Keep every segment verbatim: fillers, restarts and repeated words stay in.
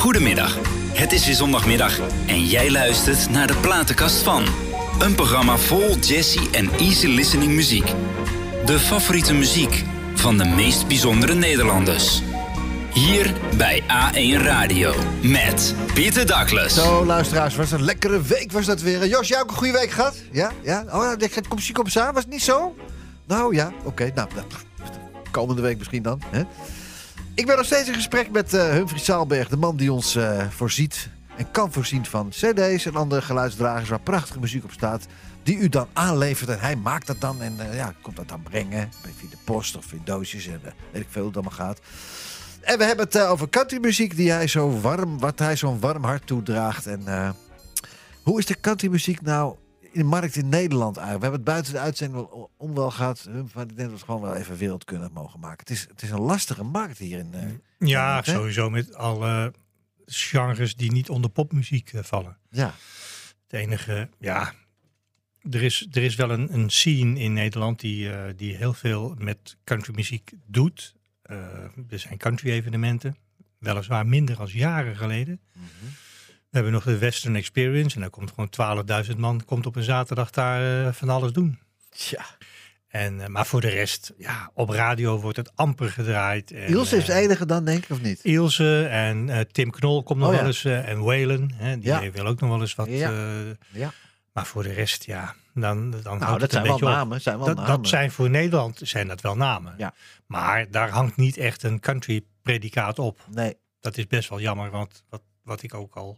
Goedemiddag, het is weer zondagmiddag en jij luistert naar de Platenkast van. Een programma vol jazzy en easy listening muziek. De favoriete muziek van de meest bijzondere Nederlanders. Hier bij A één Radio met Pieter Douglas. Zo, luisteraars, was een lekkere week was dat weer. Jos, jij ook een goede week gehad? Ja? Ja? Oh, ik kom ziek op za, was het niet zo? Nou ja, oké. Okay. Nou, nou, komende week misschien dan. Hè? Ik ben nog steeds in gesprek met uh, Humphrey Saalberg, de man die ons uh, voorziet en kan voorzien van cd's en andere geluidsdragers waar prachtige muziek op staat, die u dan aanlevert en hij maakt dat dan en uh, ja, komt dat dan brengen via de post of in doosjes en uh, weet ik veel hoe het allemaal gaat. En we hebben het uh, over countrymuziek die hij zo warm, wat hij zo'n warm hart toedraagt. En uh, hoe is de countrymuziek nou in de markt in Nederland eigenlijk? We hebben het buiten de uitzending wel om wel gehad. Maar ik denk dat we het gewoon wel even wereldkundig mogen maken. Het is, het is een lastige markt hier in uh, Ja, in, sowieso met alle genres die niet onder popmuziek uh, vallen. Ja. Het enige, ja, er is, er is wel een, een scene in Nederland die, uh, die heel veel met countrymuziek doet. Uh, er zijn country-evenementen, weliswaar minder als jaren geleden. Mm-hmm. We hebben nog de Western Experience en daar komt gewoon twaalfduizend man komt op een zaterdag daar uh, van alles doen. Tja. En, uh, maar voor de rest, ja, op radio wordt het amper gedraaid. En, Ilse is de enige dan, denk ik, of niet? Ilse en uh, Tim Knol komt nog oh, wel ja. eens. Uh, en Waylon, hè, die ja. wil ook nog wel eens wat. Ja. Uh, ja. Maar voor de rest, ja, dan, dan nou, houdt dat het zijn een wel beetje namen. op. Zijn wel dat, namen. dat zijn voor Nederland zijn dat wel namen. Ja. Maar daar hangt niet echt een country predicaat op. Nee. Dat is best wel jammer, want wat, wat ik ook al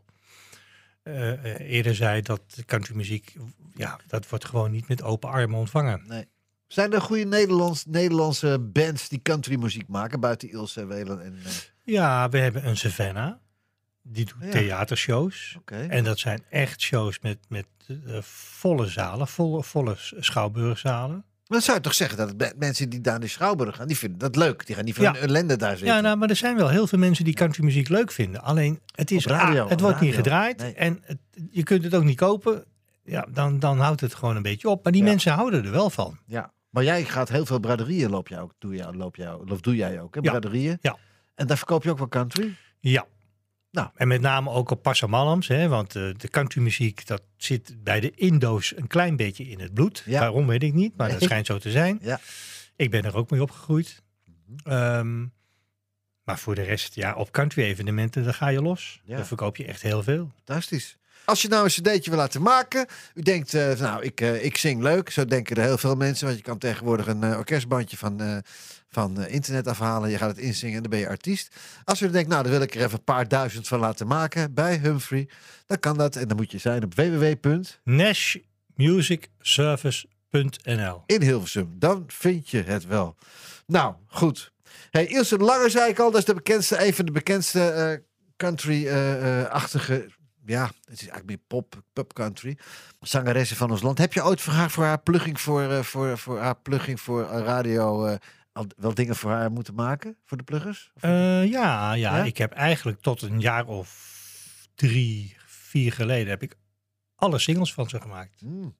uh, eerder zei, dat countrymuziek, ja, dat wordt gewoon niet met open armen ontvangen. Nee. Zijn er goede Nederlands, Nederlandse bands die countrymuziek maken buiten Ilse, Waylon en... Uh... Ja, we hebben een Savannah. Die doet ja. theatershows. Okay. En dat zijn echt shows met, met uh, volle zalen, volle, volle schouwburgzalen. Maar dan zou je toch zeggen dat het mensen die daar naar de Schouwburg gaan, die vinden dat leuk. Die gaan niet van ja. hun ellende daar zitten. Ja, nou, maar er zijn wel heel veel mensen die countrymuziek leuk vinden. Alleen, het is radio, ah, het wordt radio. niet gedraaid. Nee. En het, je kunt het ook niet kopen. Ja, dan, dan houdt het gewoon een beetje op. Maar die ja. mensen houden er wel van. Ja, maar jij gaat heel veel braderieën loop jij ook. Doe jij, loop jij, of doe jij ook, hè? Braderieën. Ja. En daar verkoop je ook wel country? Ja. Nou. En met name ook op Passamalams, hè, want uh, de countrymuziek dat zit bij de Indo's een klein beetje in het bloed. Ja. Waarom weet ik niet, maar dat schijnt zo te zijn. Ja. Ik ben er ook mee opgegroeid. Mm-hmm. Um, maar voor de rest, ja, op country evenementen, daar ga je los. Ja. Dan verkoop je echt heel veel. Fantastisch. Als je nou een cd'tje wil laten maken, u denkt, uh, nou, ik, uh, ik zing leuk. Zo denken er heel veel mensen, want je kan tegenwoordig een uh, orkestbandje van, uh, van uh, internet afhalen. Je gaat het inzingen en dan ben je artiest. Als u denkt, nou, daar wil ik er even een paar duizend van laten maken bij Humphrey, dan kan dat. En dan moet je zijn op w w w punt nash music service punt n l in Hilversum. Dan vind je het wel. Nou, goed. Hey, Ilse de Lange zei ik al, dat is de bekendste, een van de bekendste uh, country-achtige... Uh, ja, het is eigenlijk meer pop, pop country. Zangeressen van ons land. Heb je ooit voor haar, voor haar plugging voor, uh, voor, voor haar plugging voor radio uh, al wel dingen voor haar moeten maken? Voor de pluggers? Uh, ja, ja, ja, ik heb eigenlijk tot een jaar of drie, vier geleden heb ik alle singles van ze gemaakt. Hmm.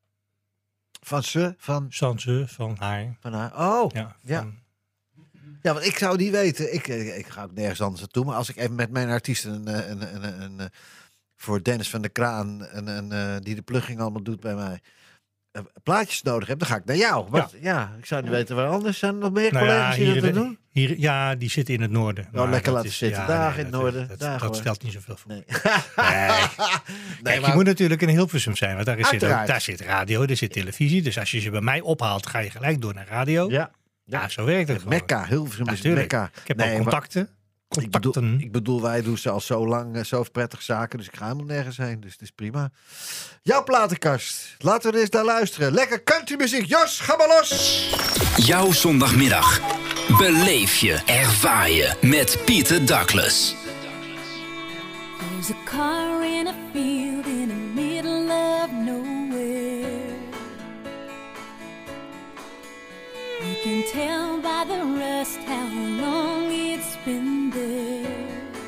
Van ze? Van? Van ze, van haar. Van haar? Oh, ja. Van... ja. Ja, want ik zou die weten. Ik, ik ga ook nergens anders naartoe. Maar als ik even met mijn artiesten een, een, een, een, een, voor Dennis van der Kraan, een, een, een, die de plugging allemaal doet bij mij, plaatjes nodig heb, dan ga ik naar jou. Want, ja. ja, ik zou niet weten waar anders zijn nog meer nou collega's ja, die hier, dat doen. Hier, ja, die zitten in het noorden. Nou, lekker laten is, zitten. Ja, dagen nee, in het noorden. Dat, dagen, dat stelt niet zoveel voor. Nee. nee. nee Kijk, maar... je moet natuurlijk in Hilversum zijn, want daar, is zit, ook, daar zit radio, er zit ja. televisie. Dus als je ze bij mij ophaalt, ga je gelijk door naar radio. Ja. Ja, ja, zo werkt het gewoon. Mekka, Hilversum is Mekka. Ik heb nee, ook contacten. Ik bedoel, ik bedoel, wij doen ze al zo lang, uh, zo prettig zaken, dus ik ga helemaal nergens heen. Dus het is prima. Jouw platenkast. Laten we eens naar luisteren. Lekker countrymuziek. Jos, ga maar los. Jouw zondagmiddag. Beleef je, ervaar je met Pieter Douglas. There's a car in a field in the middle of nowhere. You can tell by the rust how long it's been there.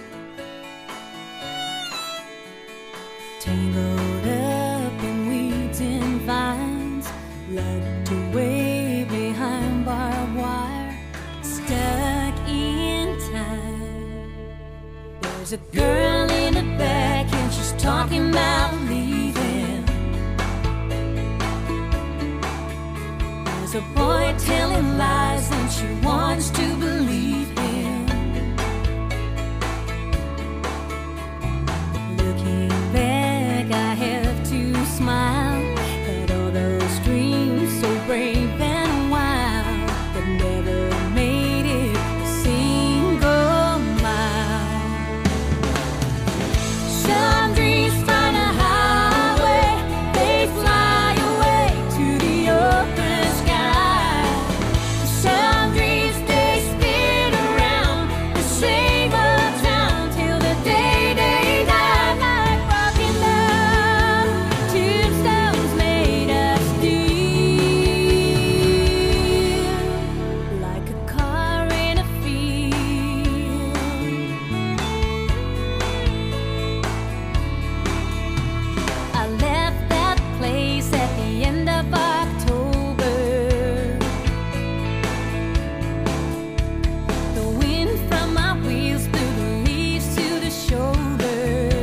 Tangled up in weeds and vines, locked away behind barbed wire, stuck in time. But There's a girl in the back and she's talking about leaving. There's a boy telling lies and she wants to believe him. Looking back, I have to smile at all those dreams so brave and wild that never made it a single mile. Some dreams find a highway, they fly away to the open sky. Some dreams they spin around the same old town till the day they die. Like rocking love, tombstones made of steel, like a car in a field. I left that place at the end of October. The wind from my wheels blew the leaves to the shoulder.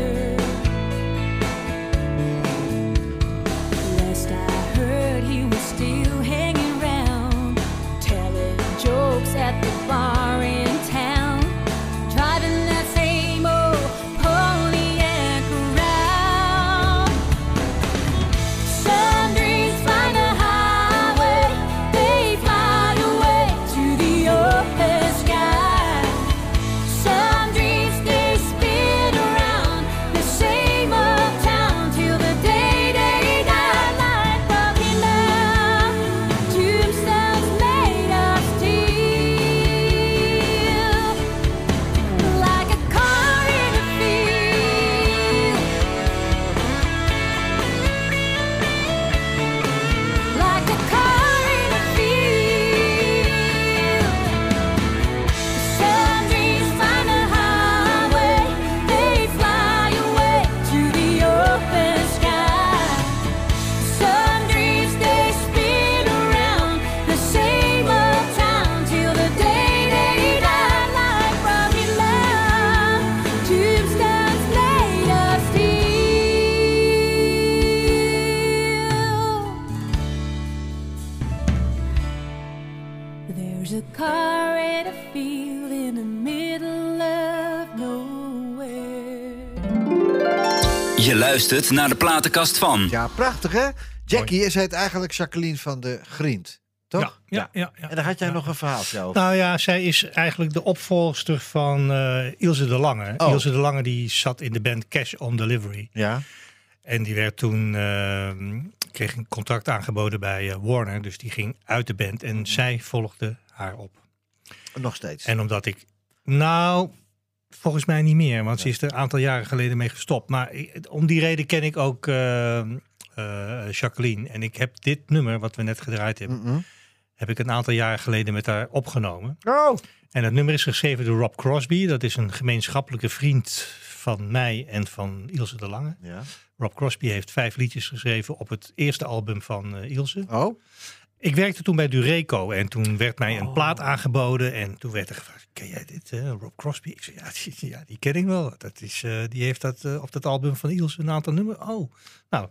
Last I heard, he was still hanging round, telling jokes at the bar in town, driving that same old Pontiac around. Some dreams find a highway, they fly away to the open sky. Some dreams they spin around the same old town till the day they die. Like rocking love, tombstones made of steel, like a car in a field, like a car in a field. Some dreams find a highway, they fly away to the open sky. Some dreams they spin around the same old town till the day they die. Like rocking love, tombstones made of steel. There's a car in a field in the middle of nowhere. Je luistert naar de platenkast van. Ja, prachtig hè? Jackie, je heet eigenlijk Jacqueline van de Grient, toch? Ja, ja, ja, ja. En daar had jij Ja. nog een verhaaltje over. Nou ja, zij is eigenlijk de opvolgster van eh, Ilse de Lange. Oh. Ilse de Lange die zat in de band Cash on Delivery. Ja. En die werd toen, eh, kreeg een contract aangeboden bij eh, Warner. Dus die ging uit de band en zij volgde haar op. Nog steeds. En omdat ik, nou, volgens mij niet meer. Want ze is er een aantal jaren geleden mee gestopt. Maar ik- om die reden ken ik ook eh, eh, Jacqueline. En ik heb dit nummer, wat we net gedraaid hebben, Mm-mm. heb ik een aantal jaren geleden met haar opgenomen. Oh. En het nummer is geschreven door Rob Crosby. Dat is een gemeenschappelijke vriend van mij en van Ilse de Lange. Ja. Rob Crosby heeft vijf liedjes geschreven op het eerste album van eh, Ilse. Oh. Ik werkte toen bij Dureco en toen werd mij een Oh. plaat aangeboden. En toen werd er gevraagd, ken jij dit, hè? Rob Crosby? Ik zei, ja, die, ja, die ken ik wel. Dat is, eh, die heeft dat, eh, op dat album van Ilse een aantal nummers. Oh, nou,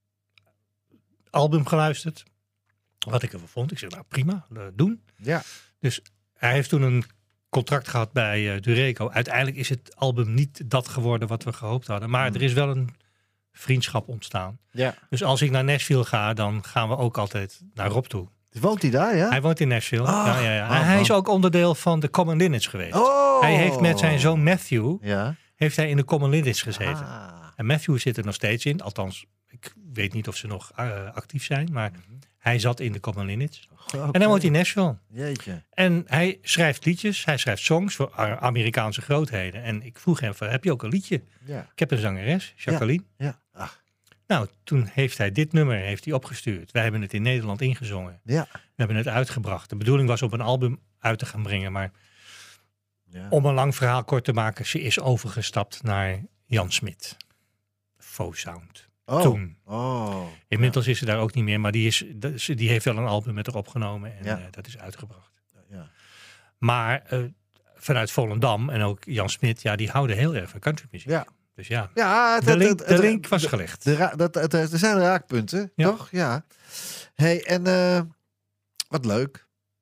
album geluisterd. Wat ik ervan vond. Ik zei, nou prima, eh, doen. Ja. Dus hij heeft toen een contract gehad bij eh, Dureco. Uiteindelijk is het album niet dat geworden wat we gehoopt hadden. Maar er is wel een vriendschap ontstaan. Ja. Dus als ik naar Nashville ga, dan gaan we ook altijd naar Rob toe. Woont hij daar, ja? Hij woont in Nashville. Ah, ja, ja, ja. ah, hij ah. is ook onderdeel van de Common Linnets geweest. Oh. Hij heeft met zijn zoon Matthew Ja. heeft hij in de Common Linnets gezeten. Ah. En Matthew zit er nog steeds in. Althans, ik weet niet of ze nog uh, actief zijn. Maar hij zat in de Common Linnets. Okay. En hij woont in Nashville. Jeetje. En hij schrijft liedjes. Hij schrijft songs voor A- Amerikaanse grootheden. En ik vroeg hem, van, heb je ook een liedje? Ja. Ik heb een zangeres, Jacqueline. Ja. Ach. Nou, toen heeft hij dit nummer heeft hij opgestuurd. Wij hebben het in Nederland ingezongen. Ja. We hebben het uitgebracht. De bedoeling was op een album uit te gaan brengen. Maar Ja. om een lang verhaal kort te maken, ze is overgestapt naar Jan Smit. Faux Sound. Oh. Toen. Oh. Inmiddels is ze daar ook niet meer, maar die, is, dat- ze- die heeft wel een album met haar opgenomen en Ja. eh, dat is uitgebracht. Ja. Maar eh, vanuit Volendam en ook Jan Smit, ja, die houden heel erg van countrymuziek. Ja. Dus ja, Ja, het, de het- link, het- de het- link was gelegd. de ra- dat, het, er zijn raakpunten, Ja. toch? Ja. Hey, en eh, wat leuk.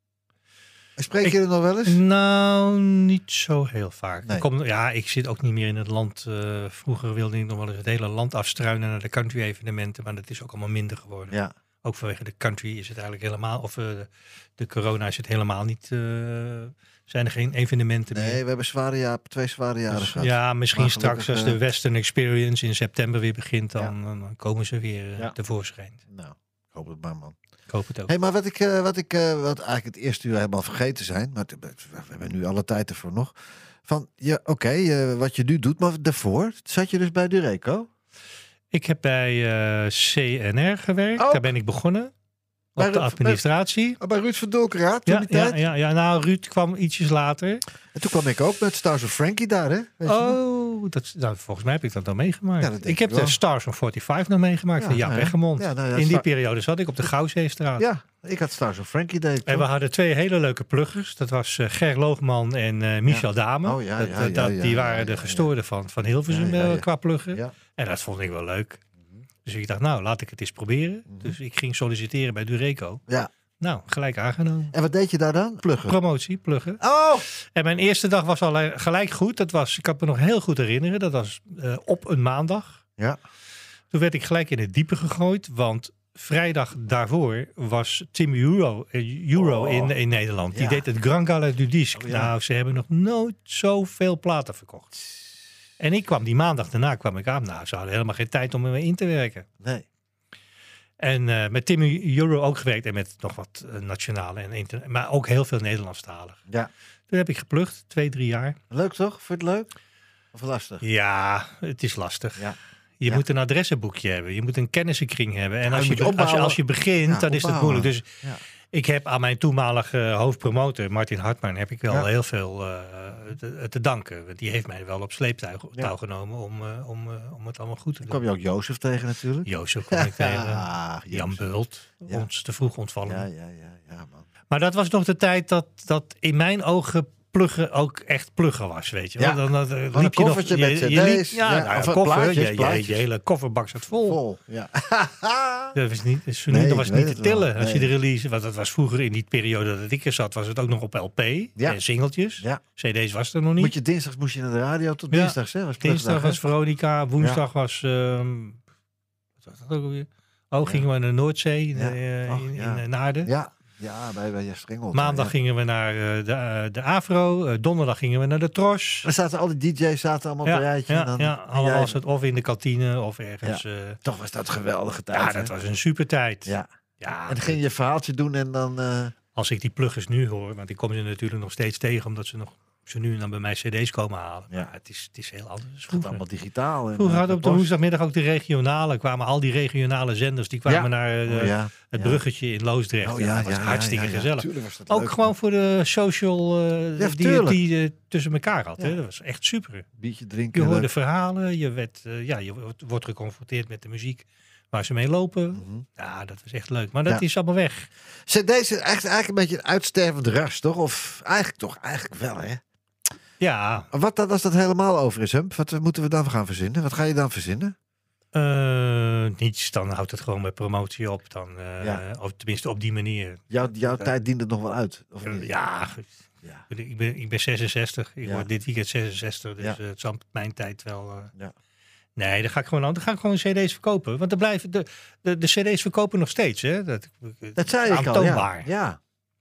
Spreek Ik- je er nog wel eens? Nou, niet zo heel vaak. Nee. Ik kom, ja, ik zit ook niet meer in het land. eh, vroeger wilde ik nog wel eens het hele land afstruinen naar de country evenementen, maar dat is ook allemaal minder geworden. Ja. Ook vanwege de country is het eigenlijk helemaal, of eh, de, de corona is het helemaal niet, eh, zijn er geen evenementen meer. Nee, we hebben zware jaar, twee zware jaren Dus, gehad. ja, misschien Maar straks gelukkig, als de eh, Western Experience in september weer begint, dan, Ja. dan komen ze weer eh, Ja. tevoorschijn. Nou, ik hoop het maar, man. Ik hoop het ook. Hey, maar wat ik, eh, wat ik eh, wat eigenlijk het eerste uur helemaal vergeten zijn, maar het- we hebben nu alle tijd ervoor nog. Van, ja, oké, eh, wat je nu doet, maar daarvoor zat je dus bij Dureco. Ik heb bij eh, C N R gewerkt, Ook? daar ben ik begonnen. Bij Op de Ru- administratie. Oh, bij Ruud van Dolkeraad toen Ja, die ja, tijd. ja, ja, nou, Ruud kwam ietsjes later. En toen kwam ik ook met Stars of Frankie daar, hè? Weet je nog? Oh, dat, nou, volgens mij heb ik dat dan meegemaakt. Ja, dat denk ik heb ik wel. de Stars van vijfenveertig nog meegemaakt Ja, van Jaap ja. Eggermond. Ja, nou ja, In die Star- periode zat ik op de Gouwzeestraat. Ja, ik had Stars of Frankie deed. ik En we toch? hadden twee hele leuke pluggers. Dat was eh, Ger Loogman en eh, Michel Dame. Oh, ja, dat, ja, dat- ja, dat- ja, die ja, waren ja, de ja. gestoorden van, van Hilversum Ja, ja, eh, ja. qua pluggen. Ja. En dat vond ik wel leuk. Dus ik dacht, nou, laat ik het eens proberen. Dus ik ging solliciteren bij Dureco. Ja. Nou, gelijk aangenomen. En wat deed je daar dan? Pluggen. Promotie, pluggen. Oh! En mijn eerste dag was al eh, gelijk goed. Dat was, ik kan me nog heel goed herinneren. Dat was eh, op een maandag. Ja. Toen werd ik gelijk in het diepe gegooid. Want vrijdag daarvoor was Tim Euro, eh, Euro Oh. in, in Nederland. Die Ja. deed het Grand Gala du Disque. Oh, ja. Nou, ze hebben nog nooit zoveel platen verkocht. En ik kwam die maandag daarna kwam ik aan. Nou, ze hadden helemaal geen tijd om me in te werken. Nee. En eh, met Tim Euro ook gewerkt. En met nog wat eh, nationale en internet. Maar ook heel veel Nederlandstalig. Ja. Toen heb ik geplukt, twee, drie jaar. Leuk toch? Vond je het leuk? Of lastig? Ja, het is lastig. Ja. Je Ja. moet een adressenboekje hebben. Je moet een kennissenkring hebben. En Ja, als, je je, moet je be- als, je, opbouwen. als je begint, Ja, dan is het opbouwen. moeilijk. Dus Ja. ik heb aan mijn toenmalige hoofdpromotor, Martin Hartman, heb ik wel Ja. heel veel eh, te, te danken. Want die heeft mij wel op sleeptouw Ja. touw genomen om, eh, om, eh, om het allemaal goed te Dan doen. kwam je ook Jozef tegen natuurlijk. Jozef kwam ik tegen. Ah, Jan Jozef. Bult, Ja. ons te vroeg ontvallen. Ja, ja, ja, ja, man. Maar dat was nog de tijd dat, dat in mijn ogen pluggen ook echt pluggen was, weet je wel. Ja. Dan, dan, eh, een liep je nog, koffertje met je, je liep- cd's. ja, Ja, nou, of een koffer, plaatjes, je, je, plaatjes. je hele kofferbak zat vol. Vol. Ja. Dat was niet, dus Nee, dat was ik niet weet te het wel. tillen als je Nee. de release. Want dat was vroeger in die periode dat ik er zat, was het ook nog op L P Ja. en singeltjes. Ja. C D's was er nog niet. Moet je dinsdags moest je naar de radio tot Ja. dinsdags, hè? Was Dinsdag plugdag, hè? was Veronica, woensdag was. ehm, wat was dat ook alweer? Oh, gingen we naar de Noordzee in, Ja. eh, Och, in, ja. in, eh, Naarden. Ja, ja, bij, bij je Strengel. Maandag Ja. gingen we naar eh, de, eh, de Afro. Eh, donderdag gingen we naar de Tros. Dan zaten al die D J's zaten allemaal op Ja, een rijtje. en ja, dan, ja, en allemaal jij- was het of in de kantine of ergens. Ja, Toch was dat een geweldige tijd. ja hè? dat was een super tijd. Ja. Ja, En dan ging je je verhaaltje doen en dan... eh, als ik die pluggers nu hoor, want ik kom ze natuurlijk nog steeds tegen, omdat ze nog ze nu en dan bij mij cd's komen halen. Ja. Maar het is, het is heel anders. het gaat Vroeger, allemaal digitaal. En, vroeger eh, hadden we op de post. woensdagmiddag ook de regionale. Kwamen al die regionale zenders, die kwamen Ja. naar eh, de- Oh, ja. het Ja. bruggetje in Loosdrecht. Oh, ja, ja, dat was ja, ja, hartstikke ja, ja. gezellig. Tuurlijk was dat Ook leuk. gewoon voor de social eh, Ja, die, tuurlijk. die je tussen elkaar had. Ja. Hè? Dat was echt super. Biertje drinken. Je hoorde leuk. verhalen, je, werd, eh, ja, je wordt, wordt geconfronteerd met de muziek waar ze mee lopen. Mhm. Ja, dat was echt leuk. Maar dat Ja. is allemaal weg. C D's is echt, eigenlijk een beetje een uitstervend ras, toch? Of eigenlijk toch, eigenlijk wel, hè? Ja, Maar wat dan als dat helemaal over is, Hump? Wat moeten we dan gaan verzinnen? Wat ga je dan verzinnen? eh, niets. Dan houdt het gewoon met promotie op. Dan, eh, Ja. Of tenminste op die manier. Jouw, jouw tijd dient het nog wel uit, of niet? Ja, Ja. ik ben, ik ben zesenzestig. Ik Ja. word dit weekend zesenzestig. Dus Ja. eh, het zal mijn tijd wel... eh, Ja. Nee, dan ga ik gewoon, dan ga ik gewoon cd's verkopen. Want er blijven de, de, de cd's verkopen nog steeds. Hè? Dat, Dat zei ik al, aantoonbaar. ja. ja.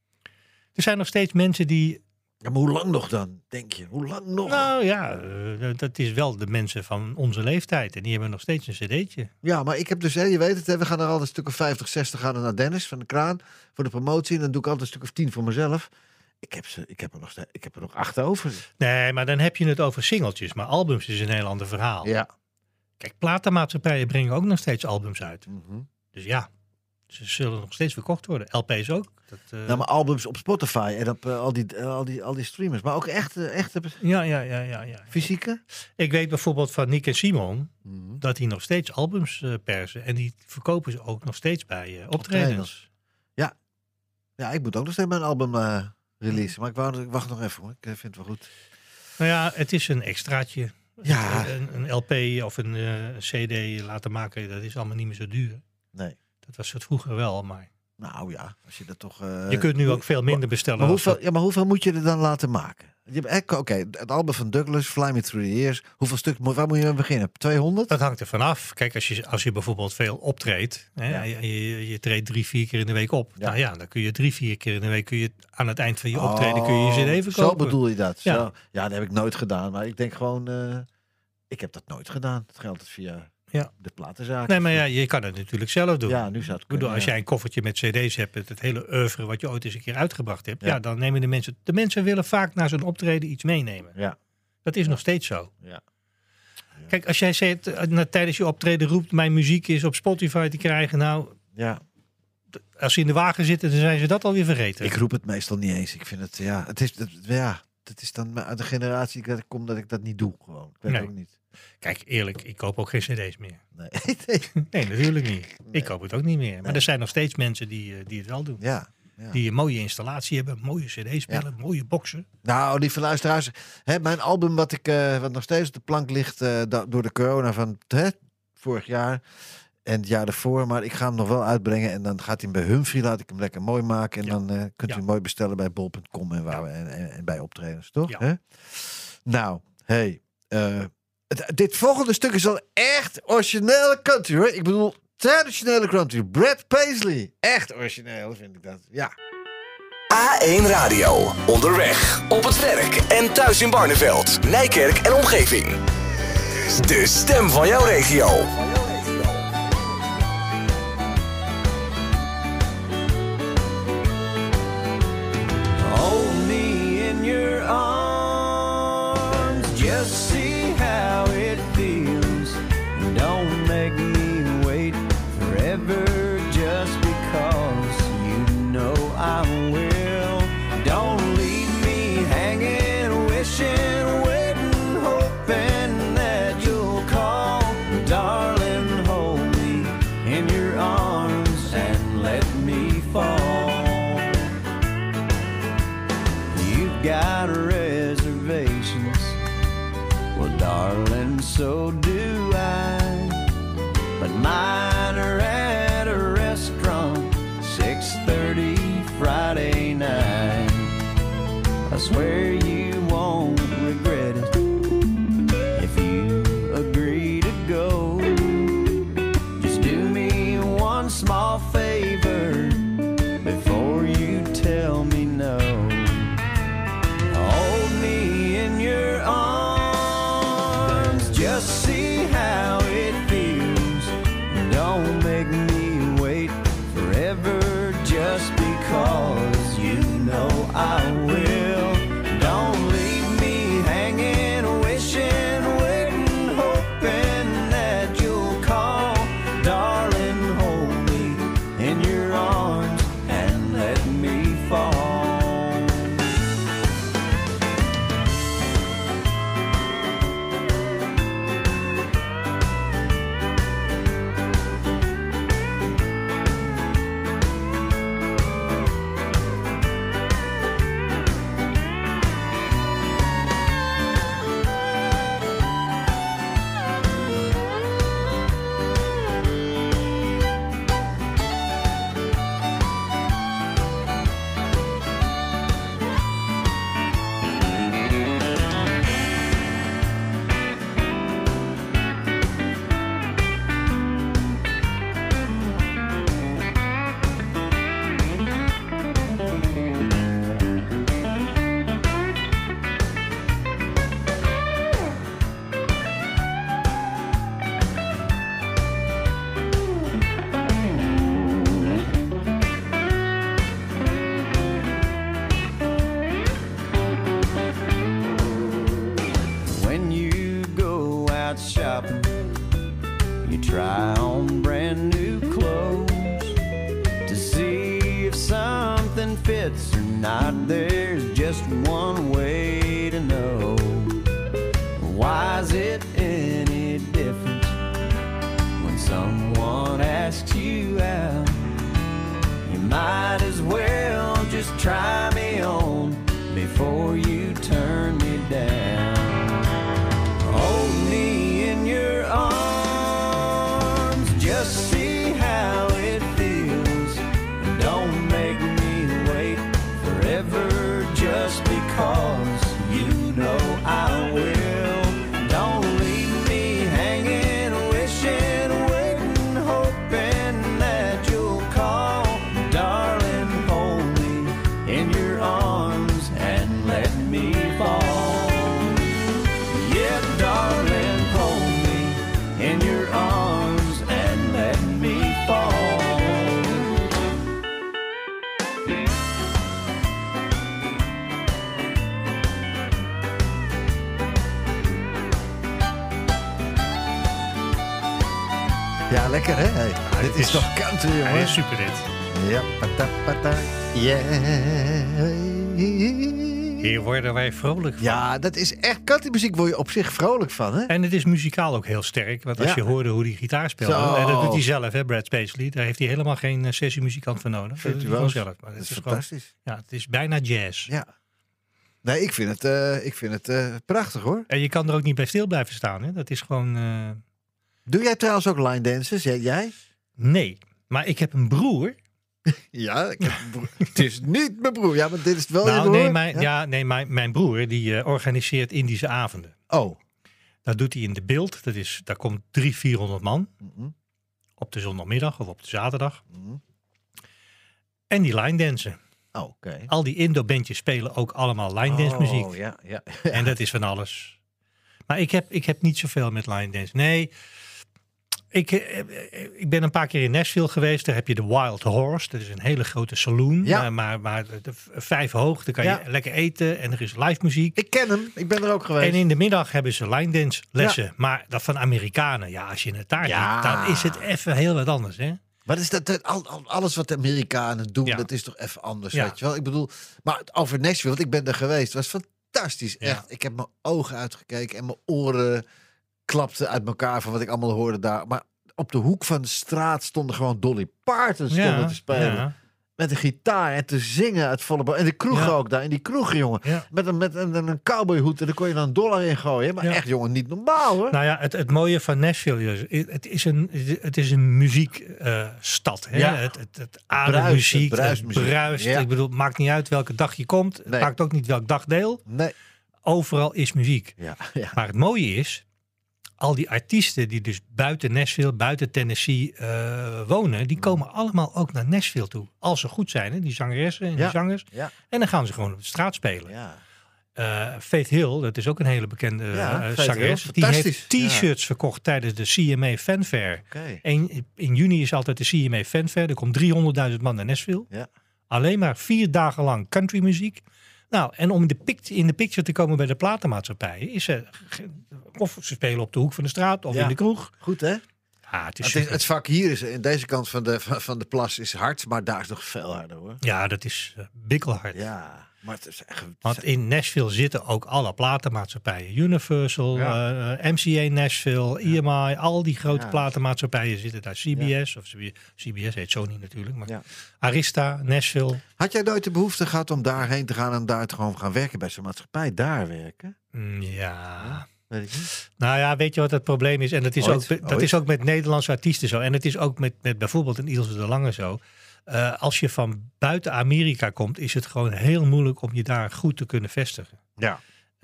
Er zijn nog steeds mensen die... Ja, maar hoe lang nog dan, denk je? Hoe lang nog? Nou ja, eh, dat is wel de mensen van onze leeftijd. En die hebben nog steeds een cd'tje. Ja, maar ik heb dus, hè, je weet het, hè, we gaan er al een stuk of vijftig, zestig gaan er naar Dennis van de Kraan voor de promotie. En dan doe ik altijd een stuk of tien voor mezelf. Ik heb, ze, ik heb, er, nog, ste- ik heb er nog acht over. Nee, maar dan heb je het over singeltjes. Maar albums is een heel ander verhaal. Ja. Kijk, platenmaatschappijen brengen ook nog steeds albums uit. Mhm. Dus ja, ze zullen nog steeds verkocht worden. L P's ook. Dat, eh, Nou, maar albums op Spotify en op eh, al, die, eh, al, die, al die streamers. Maar ook echt, eh, echt eh, ja, ja, ja, ja, ja. fysieke. Ik weet bijvoorbeeld van Nick en Simon Mhm. dat die nog steeds albums eh, persen. En die verkopen ze ook nog steeds bij eh, optredens. Optredens. Ja, ik moet ook nog steeds mijn album eh, release. Maar ik, wou, ik wacht nog even hoor. Ik vind het wel goed. Nou ja, het is een extraatje. Ja. Een, een L P of een uh, C D laten maken, dat is allemaal niet meer zo duur. Nee. Dat was het vroeger wel, maar... Nou ja, als je dat toch... Uh, je kunt nu ook veel minder bestellen. Maar hoeveel, dat... ja, maar hoeveel moet je er dan laten maken? Oké, okay, het album van Douglas, Fly Me Through the Years. Hoeveel stuk, waar moet je aan beginnen? tweehonderd? Dat hangt er vanaf. Kijk, als je, als je bijvoorbeeld veel optreedt, hè, Ja. je, je, je treedt drie, vier keer in de week op. Ja. Nou ja, dan kun je drie, vier keer in de week, kun je aan het eind van je optreden, kun je je Oh, C D verkopen. Zo bedoel je dat? Ja. Zo. Ja, dat heb ik nooit gedaan. Maar ik denk gewoon, uh, ik heb dat nooit gedaan. Het geldt via Ja. de platenzaak. Nee, maar ja, je kan het natuurlijk zelf doen. Ja, nu zou het Ik bedoel, kunnen, als ja. jij een koffertje met cd's hebt, het, het hele oeuvre wat je ooit eens een keer uitgebracht hebt, Ja. ja. dan nemen de mensen, de mensen willen vaak naar zo'n optreden iets meenemen. Ja. Dat is Ja. nog steeds zo. Ja. Kijk, als jij zegt, uh, na, tijdens je optreden roept, mijn muziek is op Spotify te krijgen, nou, Ja. als ze in de wagen zitten, dan zijn ze dat alweer vergeten. Ik roep het meestal niet eens. Ik vind het, ja, het is, het, ja, het is dan uit de generatie dat ik kom dat ik dat niet doe gewoon. Ik weet Nee. het ook niet. Kijk, eerlijk, ik koop ook geen cd's meer. Nee. nee. Nee, natuurlijk niet. Nee. Ik koop het ook niet meer. Maar Nee. er zijn nog steeds mensen die, uh, die het wel doen. Ja. Ja. Die een mooie installatie hebben, mooie cd-spellen, mooie boxen. Nou, lieve luisteraars, hè, mijn album wat, ik, uh, wat nog steeds op de plank ligt uh, da- door de corona van hè, vorig jaar en het jaar daarvoor, maar ik ga hem nog wel uitbrengen en dan gaat hij bij Humphrey, laat ik hem lekker mooi maken en Ja. dan uh, kunt u Ja. hem mooi bestellen bij bol punt com en, waar Ja. we, en, en, en bij optredens, toch? Ja. Hè? Nou, hey, uh, het, dit volgende stuk is al echt originele country, hoor. Ik bedoel, traditionele country. Brad Paisley. Echt origineel, vind ik dat. Ja. A één Radio. Onderweg, op het werk en thuis in Barneveld, Nijkerk en omgeving. De stem van jouw regio. Hold me in your arms, just see how it feels. Don't make me wait forever just because you know I will. Don't leave me hanging, wishing, waiting, hoping that you'll call. Darling, hold me in your arms and let me fall. You've got reservations, well darling, so do I. But mine are at a restaurant, six thirty Friday night. I swear you won't regret it if you agree to go. Just do me one small favor before you tell me no. Hold me in your arms, just see how it feels. Don't make me wait forever just because you know I will. Don't leave me hanging, wishing, waiting, hoping that you'll call. Darling, hold me in your arms and let me fall. When you go out shopping, you try on brand new clothes to see if something fits or not. There's just one way to know. Why is it any different when someone asks you out? You might as well just try me on Ja, lekker hè? Hey, dit dit is is- toch country, Hij jongen? is super dit. Ja, pata, pata, yeah. Hier worden wij vrolijk van. Ja, dat is echt countrymuziek, word je op zich vrolijk van, hè? En het is muzikaal ook heel sterk. Want als Ja. je hoorde hoe die gitaar speelde. Zo. En dat doet hij zelf, hè, Brad Paisley. Daar heeft hij helemaal geen uh, sessiemuzikant voor nodig. Dat doet hij gewoon Virtuoos. zelf. Maar Dat het is is gewoon, fantastisch. ja, het is bijna jazz. Ja. Nee, ik vind het, eh, ik vind het eh, prachtig, hoor. En je kan er ook niet bij stil blijven staan. Hè? Dat is gewoon... uh, Doe jij trouwens ook line dances? Ja, jij? nee. Maar ik heb een broer. Ja, ik heb een broer. Het is niet mijn broer. Ja, maar dit is wel je nou, broer. nee, mijn, ja? nee mijn, mijn broer die uh, organiseert Indische avonden. Oh. Dat doet hij in de Beeld. Dat is, daar komt drie, vierhonderd man. Mhm. Op de zondagmiddag of op de zaterdag. Mhm. En die line dansen. Oh, oké. Al die Indo-bandjes spelen ook allemaal line dance muziek. Oh, ja, ja. En dat is van alles. Maar ik heb, ik heb niet zoveel met line dance. Nee, ik, eh, ik ben een paar keer in Nashville geweest. Daar heb je de Wild Horse. Dat is een hele grote saloon. Ja. Maar, maar, maar de, de vijf hoog. Daar kan Ja. je lekker eten. En er is live muziek. Ik ken hem. Ik ben er ook geweest. En in de middag hebben ze line dance lessen. Maar dat van Amerikanen. Ja, als je het daar Ja. doet, dan is het even heel wat anders. Hè? Maar is dat, dat- al, al- alles wat de Amerikanen doen, Ja. dat is toch even anders, Ja. weet je wel? Ik bedoel, maar over Nashville, want ik ben er geweest, was fantastisch, Ja. echt. Ik heb mijn ogen uitgekeken en mijn oren klapten uit elkaar van wat ik allemaal hoorde daar. Maar op de hoek van de straat stonden gewoon Dolly Parton stonden te spelen. ja. Met een gitaar en te zingen uit volle bal. En de kroeg Ja. ook daar, in die kroeg, jongen. Ja. Met een, met een, een cowboyhoed en daar kon je dan een dollar in gooien. Maar Ja. echt, jongen, niet normaal, hoor. Nou ja, het, het mooie van Nashville is, het is een, het is een muziekstad. hè? Ja. Het, het, het ademmuziek, het bruist het muziek. bruist. Ja. Ik bedoel, het maakt niet uit welke dag je komt. Het Nee. maakt ook niet welk dagdeel. Nee. Overal is muziek. Ja, ja. Maar het mooie is, al die artiesten die dus buiten Nashville, buiten Tennessee eh, wonen, die komen allemaal ook naar Nashville toe. Als ze goed zijn, hè? Die zangeressen en Ja. die zangers. Ja. En dan gaan ze gewoon op de straat spelen. Ja. Eh, Faith Hill, dat is ook een hele bekende Ja, eh, Faith zangeres. Hill, Die fantastisch. heeft t-shirts verkocht tijdens de C M A Fanfare. Oké. En in juni is altijd de C M A Fanfare. Er komt driehonderdduizend man naar Nashville. Ja. Alleen maar vier dagen lang countrymuziek. Nou, en om in de, pict- in de picture te komen bij de platenmaatschappijen, is ze, of ze spelen op de hoek van de straat of Ja. in de kroeg. Goed, hè? Ja, het is, Het, is, super. het vak hier is, in deze kant van de, van van de plas is hard, maar daar is nog veel harder, hoor. ja, dat is uh, bikkelhard. Ja, maar het is echt... Want in Nashville zitten ook alle platenmaatschappijen. Universal, Ja. eh, M C A Nashville, E M I, al die grote Ja. platenmaatschappijen zitten daar. C B S, of C B S heet Sony natuurlijk, maar Ja. Arista, Nashville. Had jij nooit de behoefte gehad om daarheen te gaan en daar te gewoon gaan werken bij zo'n maatschappij? Daar werken? Mm, ja. Weet ik niet. Nou ja, weet je wat het probleem is? En dat is, Ooit, ook, dat ooit. is ook met Nederlandse artiesten zo. En het is ook met, met bijvoorbeeld een Ilse de Lange zo. Uh, als je van buiten Amerika komt, is het gewoon heel moeilijk om je daar goed te kunnen vestigen. Ja.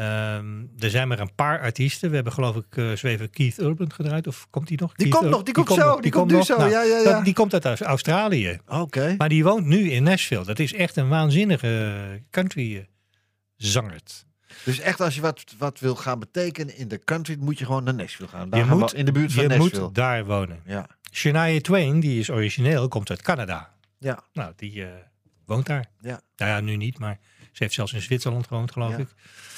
Um, er zijn maar een paar artiesten. We hebben geloof ik uh, zweven Keith Urban gedraaid. Of komt die nog? Die Keith komt Ur- nog, die komt zo, die komt nu nog. zo, Nou, ja, ja, ja. dat- die komt uit Aus- Australië. Oké. Maar die woont nu in Nashville. Dat is echt een waanzinnige country uh, zangert. Dus echt, als je wat, wat wil gaan betekenen in de country, moet je gewoon naar Nashville gaan. Daar Je gaan we moet, in de buurt van je Nashville. moet daar wonen. Ja. Shania Twain, die is origineel, komt uit Canada. Ja. Nou, die uh, woont daar. Ja. Nou ja, nu niet, maar ze heeft zelfs in Zwitserland gewoond, geloof Ja. ik.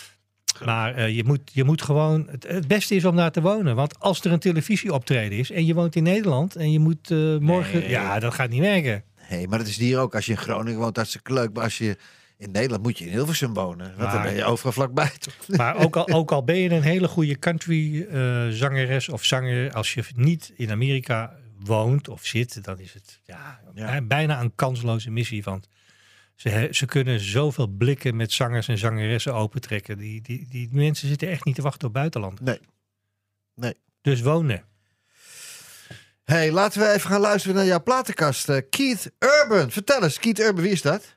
Maar uh, je, moet, je moet gewoon... Het, het beste is om daar te wonen. Want als er een televisieoptreden is en je woont in Nederland en je moet uh, morgen... Nee. Ja, dat gaat niet werken. Nee, maar dat is hier ook. Als je in Groningen woont, hartstikke leuk. Maar als je in Nederland moet je in Hilversum wonen. Want dan Maar- ben je overal vlakbij. Toch? Maar ook al, ook al ben je een hele goede country uh, zangeres of zanger... als je niet in Amerika woont of zit, dan is het ja, Ja. bijna een kansloze missie. Want ze, he- ze kunnen zoveel blikken met zangers en zangeressen opentrekken. Die, die, die mensen zitten echt niet te wachten op buitenland. Nee. Nee. Dus wonen. Hey, laten we even gaan luisteren naar jouw platenkast. Uh, Keith Urban. Vertel eens, Keith Urban, wie is dat?